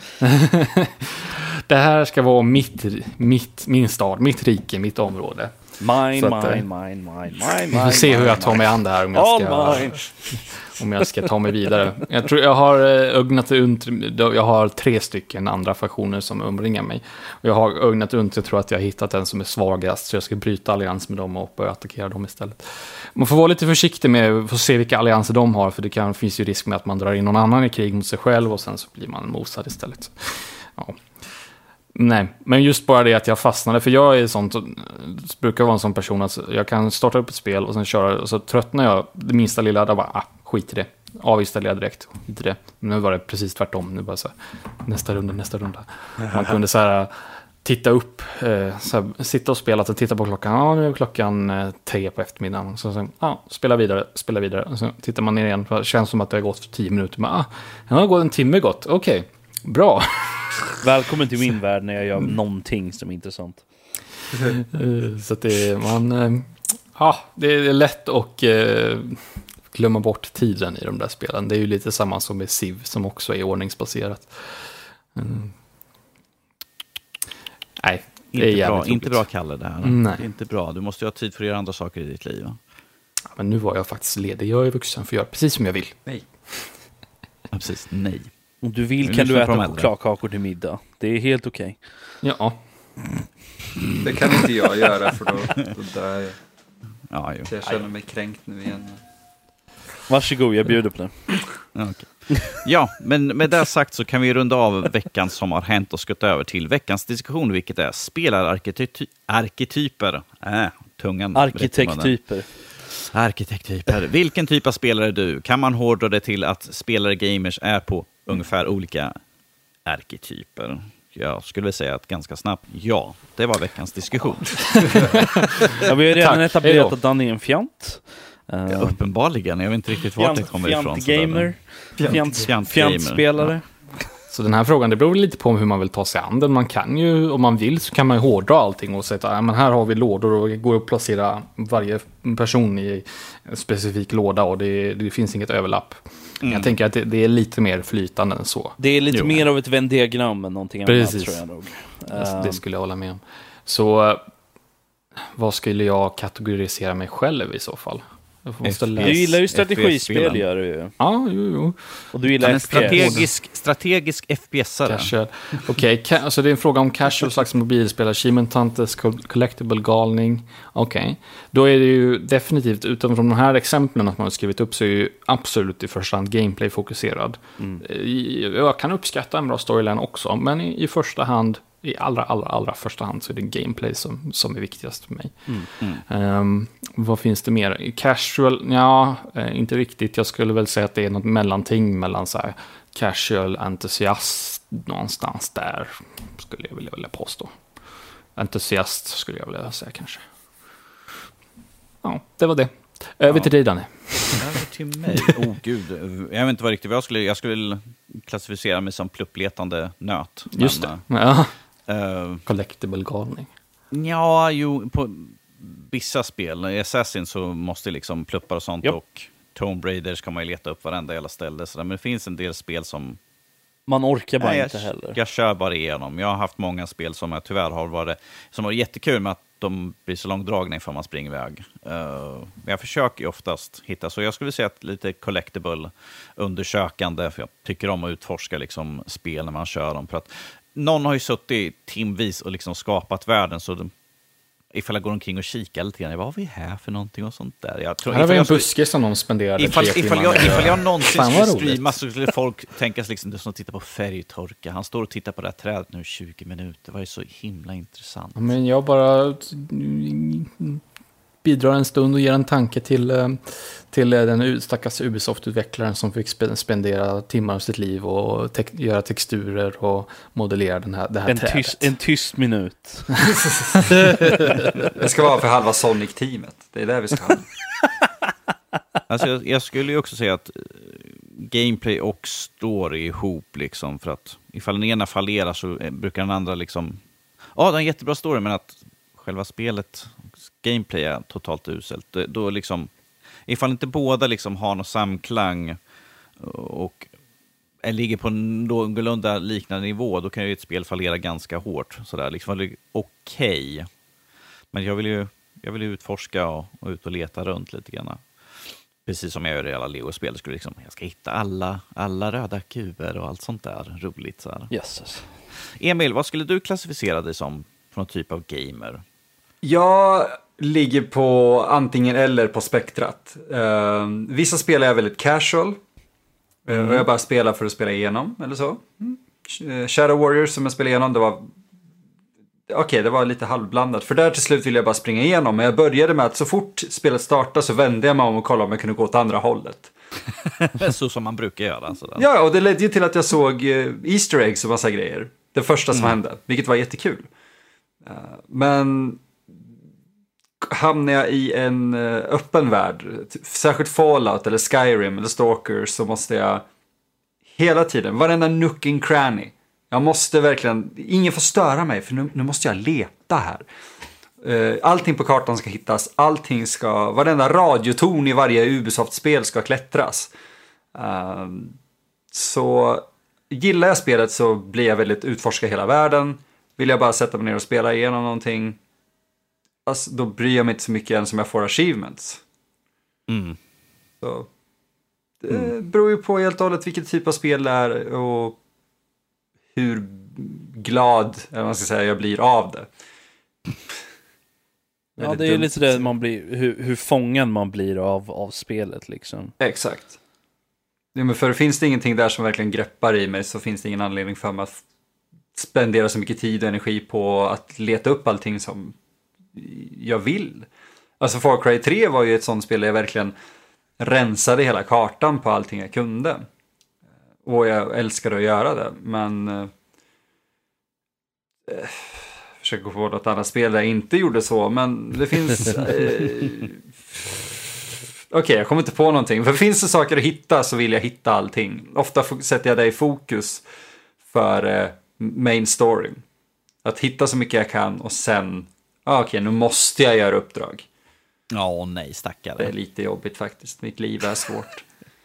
Speaker 4: det här ska vara mitt, mitt, min stad, mitt rike, mitt område.
Speaker 3: Mine,
Speaker 4: att,
Speaker 3: mine, mine, mine, mine,
Speaker 4: Vi får se hur jag tar mig an det här om jag ska, om jag ska ta mig vidare. Jag tror jag har ögnat runt, jag har tre stycken andra faktioner som umringar mig. Och jag har ögnat runt, jag tror att jag har hittat en som är svagast, så jag ska bryta allians med dem och börja attackera dem istället. Man får vara lite försiktig med att se vilka allianser de har, för det kan, finns ju risk med att man drar in någon annan i krig mot sig själv och sen så blir man mosad istället. Ja. Nej, men just bara det att jag fastnade, för jag är sånt, brukar vara en sån person att jag kan starta upp ett spel och sen köra, och så tröttnar jag det minsta lilla, där bara, ah, skit i det, avinstallerar direkt, skit i det. Men nu var det precis tvärtom, nu bara så här, nästa runda, nästa runda. Man kunde så här titta upp, eh, så här, sitta och spela och titta på klockan, ja nu är klockan eh, tre på eftermiddagen, så sen, ja, spela vidare, spela vidare, och så tittar man ner igen, det känns som att det har gått för tio minuter, men ah, det har gått en timme gott, okej, okay, bra.
Speaker 3: Välkommen till min värld när jag gör någonting som är intressant.
Speaker 4: Så att det är, man, ja, det är lätt att eh, glömma bort tiden i de där spelen. Det är ju lite samma som med Civ som också är ordningsbaserat. Mm. Nej, det är
Speaker 2: inte bra,
Speaker 4: roligt.
Speaker 2: inte bra, Kalle, det här.
Speaker 4: Nej.
Speaker 2: Det är inte bra. Du måste ju ha tid för att göra andra saker i ditt liv. Va?
Speaker 4: Ja, men nu var jag faktiskt ledig. Jag är vuxen för att göra precis som jag vill.
Speaker 1: Nej.
Speaker 2: Ja, precis. Nej.
Speaker 3: Om du vill
Speaker 2: Nu
Speaker 3: kan du
Speaker 2: lyssnar på de
Speaker 3: äta
Speaker 2: äldre.
Speaker 3: chokladkakor till middag. Det är helt okej.
Speaker 4: Ja,
Speaker 1: Det kan inte jag göra, för då, då dör jag.
Speaker 2: Ja, jo.
Speaker 1: Så jag känner mig kränkt nu igen.
Speaker 3: Varsågod, jag bjuder på det.
Speaker 2: Ja, okej. Ja, men med det sagt så kan vi runda av veckan som har hänt och skutta över till veckans diskussion, vilket är spelararketyper. Äh, tungan.
Speaker 3: Arkitekttyper.
Speaker 2: Arkitekttyper. Vilken typ av spelare är du? Kan man hårdra det till att spelare gamers är på ungefär olika arketyper? Jag skulle säga att ganska snabbt, ja, det var veckans diskussion.
Speaker 3: Ja, vi har redan
Speaker 4: Tack.
Speaker 3: etablerat att Danny är en fjant. Uh,
Speaker 2: Ja, uppenbarligen, jag vet inte riktigt vart det kommer ifrån.
Speaker 3: Fjant-gamer.
Speaker 2: Fjant-
Speaker 3: Fjant-
Speaker 2: Fjant-gamer.
Speaker 3: Fjantspelare.
Speaker 4: så den här frågan, det beror lite på hur man vill ta sig an den. Man kan ju, om man vill, så kan man ju hårdra allting och säga att ja, men här har vi lådor och det går att placera varje person i en specifik låda och det, det finns inget överlapp. Mm. Jag tänker att det, det är lite mer flytande än så.
Speaker 3: Det är lite
Speaker 2: Jo.
Speaker 3: mer av ett Venn-diagram än någonting
Speaker 4: Precis.
Speaker 3: annat, tror jag nog.
Speaker 4: Det,
Speaker 3: Um,
Speaker 4: det skulle jag hålla med om. Så vad skulle jag kategorisera mig själv i så fall? Jag måste
Speaker 2: F P S.
Speaker 4: läsa.
Speaker 3: Du gillar ju
Speaker 2: F P S-spelen.
Speaker 3: strategispel, gör du ju.
Speaker 4: Ja, jo, jo.
Speaker 3: Och du gillar
Speaker 2: En
Speaker 3: F P S.
Speaker 2: strategisk, strategisk F P S-are.
Speaker 4: Casual. Okej, okay, alltså det är en fråga om casual slags mobilspel, achievement hunters, collectible galning. Okej, okay. Då är det ju definitivt, utifrån de här exemplen att man har skrivit upp, så är ju absolut i första hand gameplay-fokuserad.
Speaker 3: Mm.
Speaker 4: Jag kan uppskatta en bra storyline också, men i, i första hand, i allra, allra, allra första hand så är det gameplay som, som är viktigast för mig.
Speaker 3: Mm.
Speaker 2: Mm.
Speaker 4: Um, vad finns det mer? Casual, ja, eh, inte riktigt. Jag skulle väl säga att det är något mellanting mellan så här casual, entusiast, någonstans där skulle jag vilja, vilja påstå. Entusiast skulle jag vilja säga kanske. Ja, det var det. Över
Speaker 2: Ja.
Speaker 4: till dig, Danny.
Speaker 2: Över till mig. Oh gud, jag vet inte vad riktigt vad jag skulle, jag skulle klassificera mig som pluppletande nöt.
Speaker 4: Just
Speaker 2: men,
Speaker 4: det. Ja.
Speaker 2: Uh,
Speaker 4: Collectible galning.
Speaker 2: ja, jo, på vissa spel, i Assassin så måste liksom pluppar och sånt
Speaker 3: Japp.
Speaker 2: och Tomb Raider ska man ju leta upp varenda jävla ställe. Så där. Men det finns en del spel som
Speaker 3: Man orkar bara
Speaker 2: Nej,
Speaker 3: inte
Speaker 2: jag,
Speaker 3: heller.
Speaker 2: jag kör bara igenom. Jag har haft många spel som jag tyvärr har varit som har varit jättekul med att de blir så långdragna ifall man springer iväg. Uh, men jag försöker ju oftast hitta, så jag skulle säga att lite collectible, undersökande, för jag tycker om att utforska liksom spel när man kör dem. För att någon har ju suttit timvis och liksom skapat världen, så de, ifall jag går omkring och kikar lite grann, vad har vi här för någonting och sånt där? Jag tror,
Speaker 4: Här har vi en
Speaker 2: jag skulle-
Speaker 4: buske som de spenderade
Speaker 2: Ifall,
Speaker 4: tre
Speaker 2: ifall,
Speaker 4: timmar
Speaker 2: jag,
Speaker 4: med.
Speaker 2: ifall jag någonsin
Speaker 4: Fan, vad
Speaker 2: skulle
Speaker 4: roligt.
Speaker 2: streama så skulle folk tänka sig liksom, det är som att titta på färgtorka. Han står och tittar på det här trädet nu i tjugo minuter. Det var ju så himla intressant.
Speaker 4: Ja, men jag bara bidrar en stund och ger en tanke till, eh, till eh, den stackars Ubisoft-utvecklaren som fick spe- spendera timmar av sitt liv och te- göra texturer och modellera den här, det här
Speaker 3: En
Speaker 4: trädet.
Speaker 3: tyst, en tyst minut.
Speaker 1: Det ska vara för halva Sonic-teamet. Det är det vi ska ha.
Speaker 2: Alltså, jag, jag skulle ju också säga att eh, gameplay och story ihop, liksom, för att ifall den ena fallerar så eh, brukar den andra liksom, ja, det är en jättebra story, men att själva spelet, gameplay är totalt uselt, då, då liksom, ifall inte båda liksom har någon samklang och ligger på en någorlunda liknande nivå, då kan ju ett spel fallera ganska hårt. Sådär, liksom, okej. Okay. Men jag vill ju jag vill utforska och, och ut och leta runt lite grann. Precis som jag gör i alla Lego-spel. Skulle liksom, jag ska hitta alla, alla röda kuber och allt sånt där roligt. Så här.
Speaker 3: Yes.
Speaker 2: Emil, vad skulle du klassificera dig som för någon typ av gamer?
Speaker 1: Jag ligger på antingen eller på spektrat. Uh, vissa spel är väldigt casual. Mm. Och jag bara spelar för att spela igenom, eller så. Mm. Shadow Warriors som jag spelade igenom, det var... Okej, okay, det var lite halvblandat. För där till slut ville jag bara springa igenom. Men jag började med att så fort spelet startade så vände jag mig om och kollade om jag kunde gå åt andra hållet.
Speaker 2: Så som man brukar göra. Sådär.
Speaker 1: Ja, och det ledde ju till att jag såg Easter eggs och massa grejer. Det första som mm. hände, vilket var jättekul. Men... hamnar jag i en öppen värld, särskilt Fallout eller Skyrim eller Stalker, så måste jag hela tiden, varenda nook and cranny, jag måste verkligen, ingen får störa mig för nu, nu måste jag leta här. Allting på kartan ska hittas, allting ska, varenda radioton i varje Ubisoft-spel ska klättras. Så gillar jag spelet så blir jag väldigt utforska hela världen. Vill jag bara sätta mig ner och spela igenom någonting, alltså, då bryr jag mig inte så mycket än som jag får achievements. Mm. Så, det mm. beror ju på helt och hållet vilket typ av spel det är och hur glad eller man ska säga, jag blir av det.
Speaker 3: Ja, det är ju lite det man blir, hur, hur fången man blir av, av spelet liksom.
Speaker 1: Exakt. Ja, men för finns det ingenting där som verkligen greppar i mig så finns det ingen anledning för mig att spendera så mycket tid och energi på att leta upp allting som jag vill. Alltså Far Cry tre var ju ett sånt spel där jag verkligen rensade hela kartan på allting jag kunde. Och jag älskade att göra det. Men eh, försöker gå på något annat spel där jag inte gjorde så. Men det finns... Eh, Okej, okay, jag kommer inte på någonting. För finns det saker att hitta så vill jag hitta allting. Ofta sätter jag det i fokus för eh, main story. Att hitta så mycket jag kan och sen... Okej, okay, nu måste jag göra uppdrag.
Speaker 2: Ja, oh, nej, stackare.
Speaker 1: Det är lite jobbigt faktiskt. Mitt liv är svårt.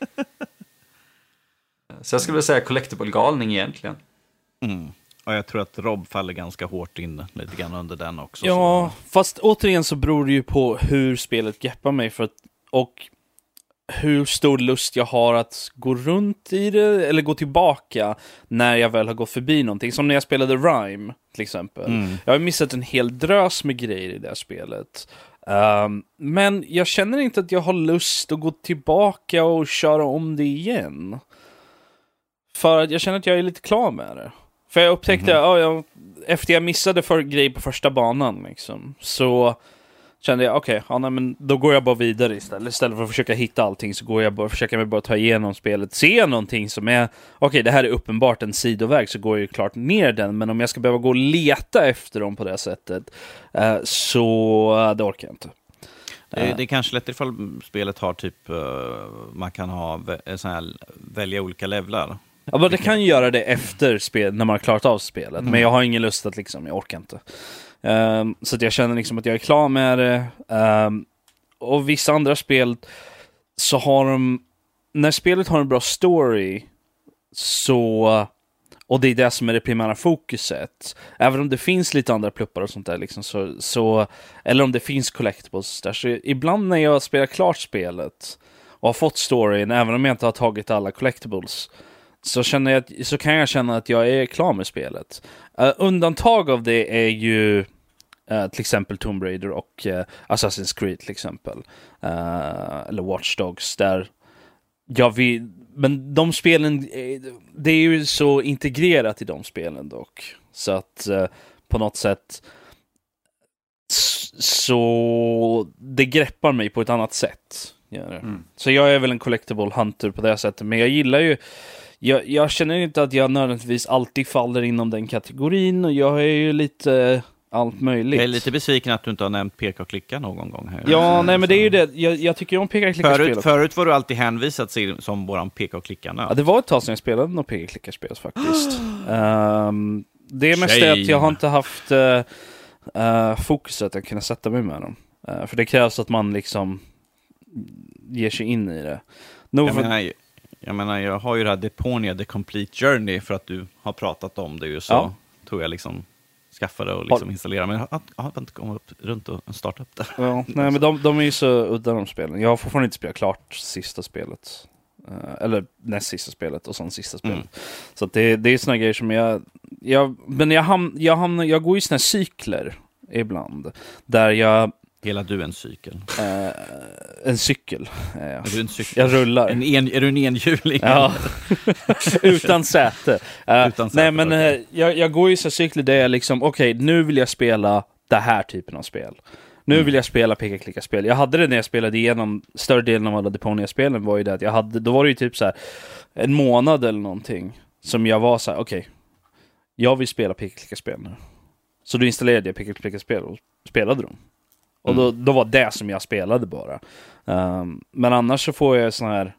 Speaker 1: Så jag skulle vilja säga collectible-galning egentligen.
Speaker 2: Mm. Och jag tror att Rob faller ganska hårt in lite grann under den också.
Speaker 3: Ja, så. Fast återigen så beror det ju på hur spelet greppar mig. För att, och hur stor lust jag har att gå runt i det eller gå tillbaka när jag väl har gått förbi någonting. Som när jag spelade Rime till exempel. Mm. Jag har missat en hel drös med grejer i det här spelet. Um, men jag känner inte att jag har lust att gå tillbaka och köra om det igen. För att jag känner att jag är lite klar med det. För jag upptäckte, mm-hmm. oh, jag, efter jag missade för grejer på första banan liksom, så kände jag, okej, okay, ja, men då går jag bara vidare istället. Istället för att försöka hitta allting så går jag bara, försöker jag bara ta igenom spelet. Se någonting som är, okej, okay, det här är uppenbart en sidoväg, så går jag ju klart ner den. Men om jag ska behöva gå och leta efter dem på det sättet, uh, så det orkar jag inte.
Speaker 2: Det, det är kanske lätt ifall spelet har typ, uh, man kan ha så här, välja olika levlar.
Speaker 3: Ja, men det kan göra det efter spel, när man har klarat av spelet. Mm. Men jag har ingen lust att liksom, jag orkar inte. Um, så att jag känner liksom att jag är klar med det. Um, och vissa andra spel så har de, när spelet har en bra story, så, och det är det som är det primära fokuset, även om det finns lite andra pluppar och sånt där liksom, så, så, eller om det finns collectibles där, så ibland när jag spelar klart spelet och har fått storyn, även om jag inte har tagit alla collectibles, så, känner jag, så kan jag känna att jag är klar med spelet. Uh, undantag av det är ju uh, till exempel Tomb Raider och uh, Assassin's Creed till exempel. Uh, eller Watch Dogs, där jag vill, men de spelen, det är ju så integrerat i de spelen dock. Så att uh, på något sätt så det greppar mig på ett annat sätt. Mm. Så jag är väl en collectible hunter på det sättet, men jag gillar ju, Jag, jag känner inte att jag nödvändigtvis alltid faller inom den kategorin, och jag är ju lite allt möjligt.
Speaker 2: Jag är lite besviken att du inte har nämnt peka och klicka någon gång här.
Speaker 3: Ja, så, nej men det är ju det. Jag, jag tycker ju om peka och klicka
Speaker 2: förut, spel. Förut var du alltid hänvisat till som våran peka och klicka.
Speaker 3: Ja, det var ett tag sedan jag spelade någon peka och klicka spel faktiskt. um, det är mest det att jag har inte haft uh, uh, fokuset att kunna sätta mig med dem. Uh, för det krävs att man liksom ger sig in i det.
Speaker 2: No, jag, för... menar, jag menar, jag har ju det här Deponia The Complete Journey för att du har pratat om det ju, så ja. Tog jag liksom skaffade och liksom installera, men jag har, har inte kommit upp runt och starta upp det.
Speaker 3: Ja, nej, men de, de är ju så udda de spelen. Jag har fortfarande inte spelat klart sista spelet. Uh, eller näst sista spelet och sen sista spelet. Mm. Så att det, det är såna grejer som jag... jag men jag, ham, jag, ham, jag går i såna cykler ibland. Där jag...
Speaker 2: Hela du en cykel?
Speaker 3: Uh, en cykel. Uh,
Speaker 2: är du en cykel?
Speaker 3: Jag rullar.
Speaker 2: En en, är du en enhjuling?
Speaker 3: Ja. Utan säte. Uh,
Speaker 2: Utan säte.
Speaker 3: Nej, men
Speaker 2: okay.
Speaker 3: uh, jag, jag går i så cykler där jag liksom, okej, okay, nu vill jag spela det här typen av spel. Nu mm. vill jag spela peka-klicka-spel. Jag hade det när jag spelade igenom större delen av alla Deponia-spelen, var ju det att jag hade, då var det ju typ så här en månad eller någonting som jag var så här, okej, okay, jag vill spela peka-klicka-spel nu. Så då installerade jag peka-klicka-spel och spelade dem. Och då, då var det som jag spelade bara. Um, men annars så får jag sån här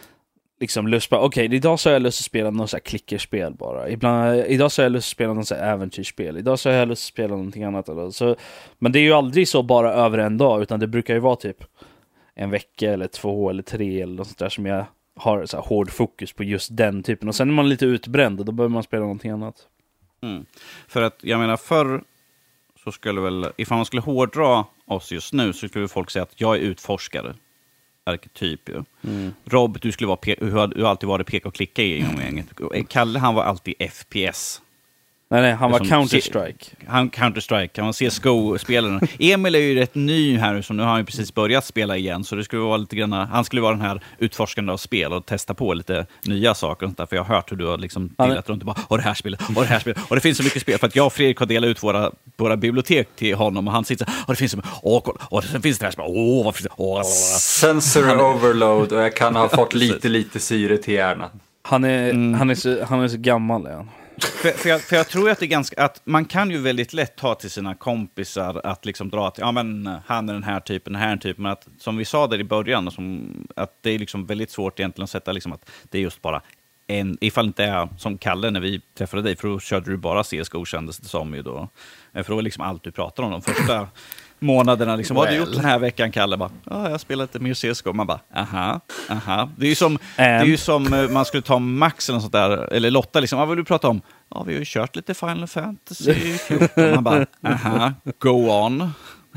Speaker 3: liksom lust på, okej, okay, idag så har jag lust att spela något så här klickerspel bara. Ibland, idag så har jag lust att spela något så här äventyrsspel. Idag så har jag lust att spela någonting annat. Eller så. Men det är ju aldrig så bara över en dag, utan det brukar ju vara typ en vecka eller två eller tre eller något sånt där som jag har så här hård fokus på just den typen. Och sen är man lite utbränd och då behöver man spela någonting annat.
Speaker 2: Mm. För att, jag menar, förr så skulle väl, ifall man skulle hårdra oss just nu så skulle folk säga att jag är utforskare. Arketyp ju. Mm. Rob, du skulle vara pe- du har alltid varit peka och klicka i gänget. Kalle, han var alltid F P S.
Speaker 3: Nej, nej, han var Counter-Strike.
Speaker 2: Han Counter-Strike, han var C S G O-spelaren. Emil är ju rätt ny här, så nu har han ju precis börjat spela igen, så det skulle vara lite grann, han skulle vara den här utforskande av spel och testa på lite nya saker och sånt där, för jag har hört hur du har liksom delat runt och bara, och det här spelet, och det här spelet, och det finns så mycket spel, för att jag och Fredrik har delat ut våra, våra bibliotek till honom, och han sitter så här, och det finns så mycket, åh, kolla, och sen finns det här spelet, åh, vad finns det, åh,
Speaker 1: sensor han, overload, och jag kan ha fått lite, lite syre till hjärnan.
Speaker 3: Han är, mm. han är, så, han är så gammal, ja.
Speaker 2: För, för, jag, för jag tror att det är ganska, att man kan ju väldigt lätt ta till sina kompisar att liksom dra till, ja men han är den här typen, den här typen, men att som vi sa där i början, som, att det är liksom väldigt svårt egentligen att sätta liksom att det är just bara en, ifall inte är som Kalle när vi träffade dig, för då körde du bara C S G O, kändes det som ju då, för då var liksom allt du pratade om de första månaderna, liksom, vad har du gjort den här veckan, Kalle? Bara, ja, jag har spelat lite mer C S G O. Man bara, aha, aha. Det är ju som, um. det är ju som man skulle ta Max eller något sånt där, eller Lotta, liksom, vad vill du prata om? Ja, vi har ju kört lite Final Fantasy fjorton. Man bara, aha, go on.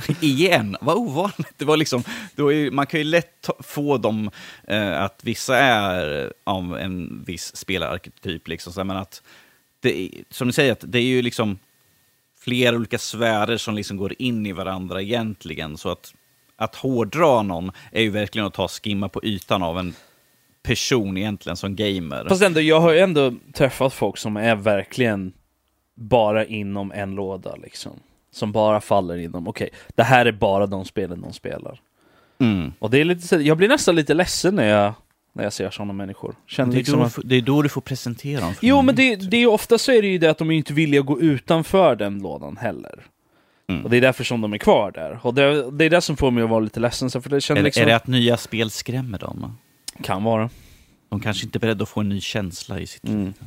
Speaker 2: Igen, vad ovanligt. Det var liksom, då är, man kan ju lätt ta, få dem eh, att vissa är av en viss spelararketyp, liksom, så, men att det, som ni säger, att det är ju liksom flera olika sfärer som liksom går in i varandra egentligen, så att, att hårdra någon är ju verkligen att ta skimma på ytan av en person egentligen som gamer.
Speaker 3: Fast ändå, jag har ju ändå träffat folk som är verkligen bara inom en låda liksom. Som bara faller inom, okej, okay, det här är bara de spelen de spelar. Mm. Och det är lite, jag blir nästan lite ledsen när jag när jag ser sådana människor.
Speaker 2: Känner det, är liksom att... det är då du får presentera dem.
Speaker 3: Jo, men det, det är ofta så är det ju det att de är inte villiga att gå utanför den lådan heller. Mm. Och det är därför som de är kvar där. Och det, det är det som får mig att vara lite ledsen. För det känner
Speaker 2: är,
Speaker 3: liksom...
Speaker 2: är det att nya spel skrämmer dem?
Speaker 3: Kan vara.
Speaker 2: De kanske inte är beredda att få en ny känsla i sitt liv. Mm.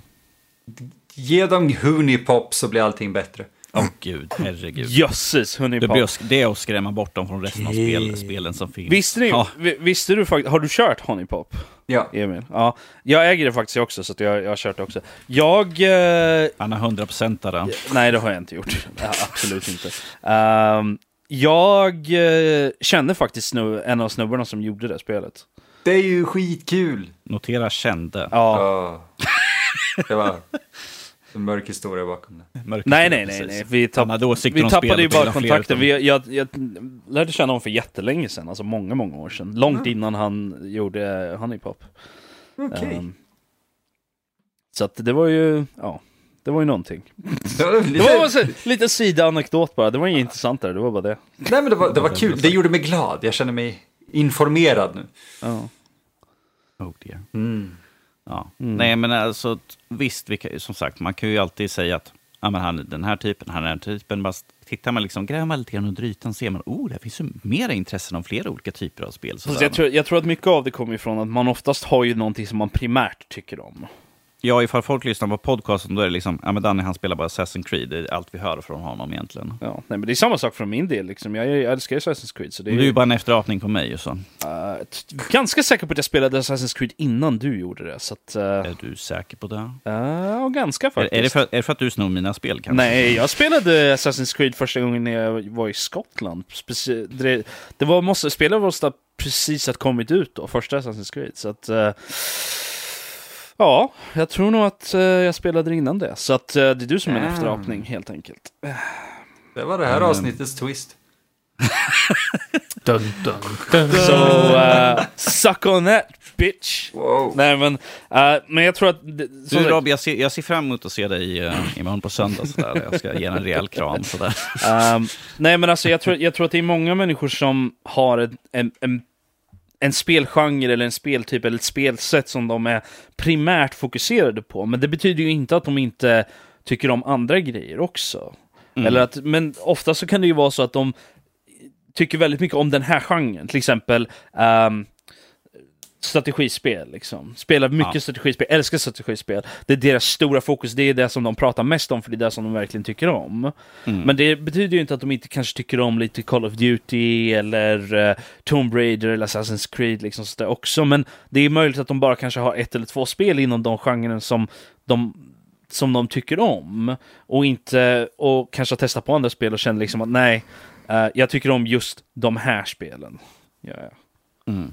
Speaker 1: Ge dem Honeypop så blir allting bättre.
Speaker 2: Åh oh, gud, herregud.
Speaker 3: Jösses, Honeypop.
Speaker 2: Det, det är att skrämma bort dem från resten av spel, spelen som finns.
Speaker 3: Visste, ni, ja. visste du faktiskt, har du kört Honeypop?
Speaker 1: Ja.
Speaker 3: Emil? Ja. Jag äger det faktiskt också, så att jag, jag har kört det också. Jag... Eh,
Speaker 2: Han har hundra procent där.
Speaker 3: Nej, det har jag inte gjort. Ja, absolut inte. Um, jag eh, kände faktiskt nu en av snubbarna som gjorde det spelet.
Speaker 1: Det är ju skitkul.
Speaker 2: Notera kände.
Speaker 3: Ja.
Speaker 1: Oh. Det var en mörk historia bakom det.
Speaker 3: Mörk nej, nej, nej, nej. Vi, tapp, vi tappade ju bara kontakten. Vi, jag, jag lärde känna honom för jättelänge sedan. Alltså många, många år sedan. Långt mm. innan han gjorde Honeypop.
Speaker 1: Okej. Okay.
Speaker 3: Um, så att det var ju, ja, det var ju någonting.
Speaker 1: Det var, lite...
Speaker 3: det var så, lite sida-anekdot bara. Det var inget intressant där, det var bara det.
Speaker 1: Nej, men det var, det var kul. Det gjorde mig glad. Jag känner mig informerad nu.
Speaker 3: Ja.
Speaker 2: Oh dear.
Speaker 1: Mm.
Speaker 2: Ja. Mm. Nej, men alltså visst, vi kan, som sagt, man kan ju alltid säga att ja, men han är den här typen, han är den här typen. Bara tittar man liksom, gräver man lite grann under ytan, ser man, oh, det finns ju mera intressen om flera olika typer av spel.
Speaker 3: Så jag, tror, jag tror att mycket av det kommer ifrån att man oftast har ju någonting som man primärt tycker om.
Speaker 2: Ja, ifall folk lyssnar på podcasten då är det liksom, ja men Danny han spelar bara Assassin's Creed, det är allt vi hör från honom egentligen.
Speaker 3: Ja, nej, men det är samma sak från min del liksom. Jag, jag älskar Assassin's Creed så det är
Speaker 2: du är ju bara en efterapning på mig och så.
Speaker 3: Uh, t- ganska säker på att jag spelade Assassin's Creed innan du gjorde det så att, uh,
Speaker 2: är du säker på det?
Speaker 3: Ja, uh, ganska faktiskt.
Speaker 2: Är, är, det för, är det för att du snor mina spel kanske?
Speaker 3: Nej, jag spelade Assassin's Creed första gången när jag var i Skottland. Speci- det, det var, måste, spelet var precis att kommit ut då, första Assassin's Creed så att uh, ja, jag tror nog att uh, jag spelade det innan det. Så att uh, det är du som är en mm. efterapning, helt enkelt.
Speaker 1: Det var det här mm. avsnittets twist.
Speaker 4: dun, dun, dun.
Speaker 3: Så, uh, suck on that, bitch.
Speaker 1: Wow.
Speaker 3: Nej, men, uh, men jag tror att... Det,
Speaker 2: du, Rob, jag ser, jag ser fram emot att se dig uh, imorgon på söndag. Sådär. Jag ska ge en rejäl kram. Sådär.
Speaker 3: Um, nej, men alltså, jag tror, jag tror att det är många människor som har en... en, en en spelgenre eller en speltyp eller ett spelsätt som de är primärt fokuserade på. Men det betyder ju inte att de inte tycker om andra grejer också. Mm. Eller att, men ofta så kan det ju vara så att de tycker väldigt mycket om den här genren. Till exempel um, strategispel. Liksom. Spelar mycket ja. strategispel, älskar strategispel. Det är deras stora fokus, det är det som de pratar mest om för det är det som de verkligen tycker om. Mm. Men det betyder ju inte att de inte kanske tycker om lite Call of Duty eller uh, Tomb Raider eller Assassin's Creed liksom så där också. Men det är möjligt att de bara kanske har ett eller två spel inom de genren som de som de tycker om och inte och kanske testa på andra spel och känner liksom att nej, uh, jag tycker om just de här spelen. Ja, ja.
Speaker 2: Mm.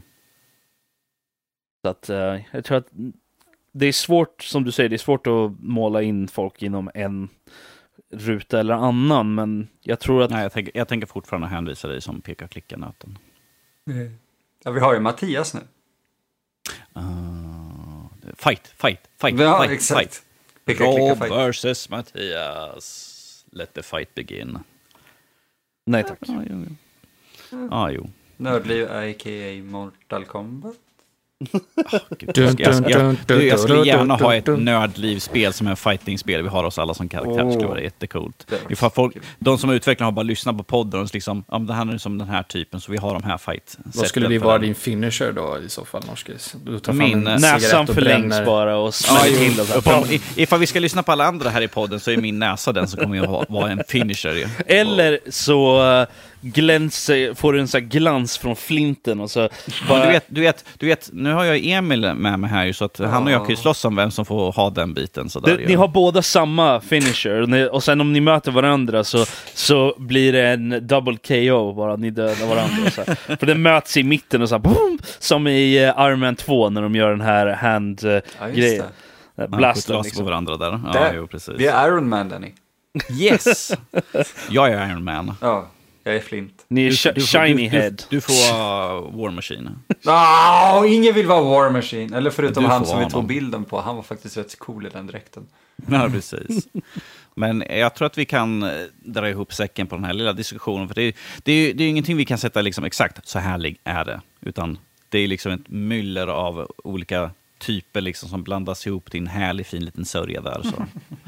Speaker 3: Så att, uh, jag tror att det är svårt, som du säger, det är svårt att måla in folk inom en ruta eller annan, men jag tror att...
Speaker 2: Nej, jag tänker, jag tänker fortfarande hänvisa dig som peka-klicka-nöten.
Speaker 1: Mm. Ja, vi har ju Mattias nu.
Speaker 2: Uh, fight, fight, fight,
Speaker 1: ja,
Speaker 2: fight,
Speaker 1: exakt.
Speaker 2: fight.
Speaker 1: Peka,
Speaker 2: Rob
Speaker 1: klicka, fight.
Speaker 2: versus Mattias. Let the fight begin.
Speaker 3: Nej, tack.
Speaker 2: Ja, jo, jo. Ah, jo.
Speaker 1: Nördliv, a k a. Mortal Kombat.
Speaker 2: Oh, Gud, jag, jag, jag, jag, jag skulle gärna ha ett nördlivsspel som är fightingspel. Vi har oss alla som karaktär, det skulle vara jättecoolt. Ifall folk, de som utvecklar har bara lyssnat på podden och liksom, ja, det här är som den här typen, så vi har de här fight.
Speaker 4: Vad skulle det vara din finisher då i så fall, Norskis?
Speaker 3: Du tar min näsan förlängs bara och smäller till och så.
Speaker 2: Ifall vi ska lyssna på alla andra här i podden så är min näsa den som kommer att vara en finisher.
Speaker 3: Eller så glänser, får du en sån här glans från flinten och så bara...
Speaker 2: du, vet, du, vet, du vet, nu har jag Emil med mig här så att han och jag kan ju slåss om vem som får ha den biten så där,
Speaker 3: det, ni har båda samma finisher och, ni, och sen om ni möter varandra så, så blir det en double K O bara, ni dödar varandra så här. För det möts i mitten och så här, boom, som i uh, Iron Man två när de gör den här hand uh, ja, grejen.
Speaker 2: Blasten liksom. På varandra där. Ja,
Speaker 1: där,
Speaker 2: jo, precis.
Speaker 1: Vi är Iron Man, Danny.
Speaker 2: Yes! Jag är Iron Man.
Speaker 1: Ja. Jag är Flint.
Speaker 3: Ni är sh- du, shiny
Speaker 2: du,
Speaker 3: head.
Speaker 2: Du, du får uh, War Machine.
Speaker 1: Oh, ingen vill vara War Machine. Eller förutom han som vi tog
Speaker 2: honom.
Speaker 1: bilden på. Han var faktiskt rätt cool i den dräkten.
Speaker 2: Ja, precis. Men jag tror att vi kan dra ihop säcken på den här lilla diskussionen. För det är, det är, det är ingenting vi kan sätta liksom exakt så härlig är det. Utan det är liksom ett myller av olika typer liksom som blandas ihop till en härlig fin liten sörja där. Så.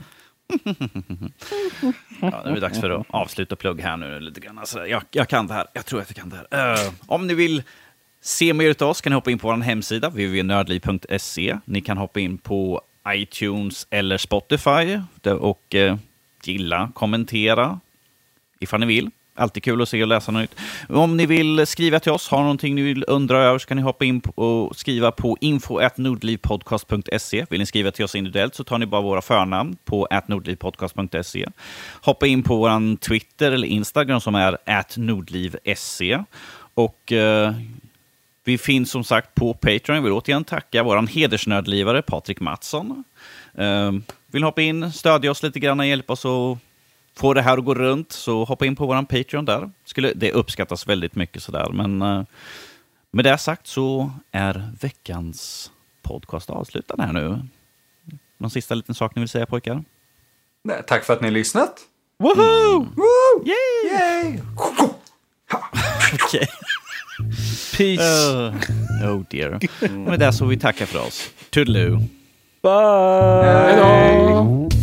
Speaker 2: Ja, det är dags för att avsluta plugg här nu lite grann. Alltså, jag, jag kan det här, jag tror att jag kan det här. Uh, om ni vill se mer av oss kan ni hoppa in på vår hemsida w w w punkt nördliv punkt se. Ni kan hoppa in på iTunes eller Spotify och uh, gilla, kommentera ifall ni vill. Alltid kul att se och läsa något. Om ni vill skriva till oss, har någonting ni vill undra över så kan ni hoppa in och skriva på info at nordlivpodcast punkt se. Vill ni skriva till oss individuellt så tar ni bara våra förnamn på at nordlivpodcast punkt se. Hoppa in på vår Twitter eller Instagram som är at nordlivse. Och eh, vi finns som sagt på Patreon. Jag vill återigen tacka vår hedersnördlivare Patrik Mattsson. Eh, vill hoppa in, stödja oss lite grann och hjälpa oss och få det här att gå runt, så hoppa in på våran Patreon där. Skulle, det uppskattas väldigt mycket sådär. Men uh, med det sagt så är veckans podcast avslutad här nu. Någon sista liten sak ni vill säga, pojkar?
Speaker 1: Nej, tack för att ni har lyssnat.
Speaker 3: Woohoo!
Speaker 1: Mm. Woo!
Speaker 3: Yay!
Speaker 1: Yay!
Speaker 2: Okej.
Speaker 3: Peace.
Speaker 2: Uh, oh dear. Mm. Med det så vi tackar för oss. Toodaloo.
Speaker 3: Bye!
Speaker 1: Hej då!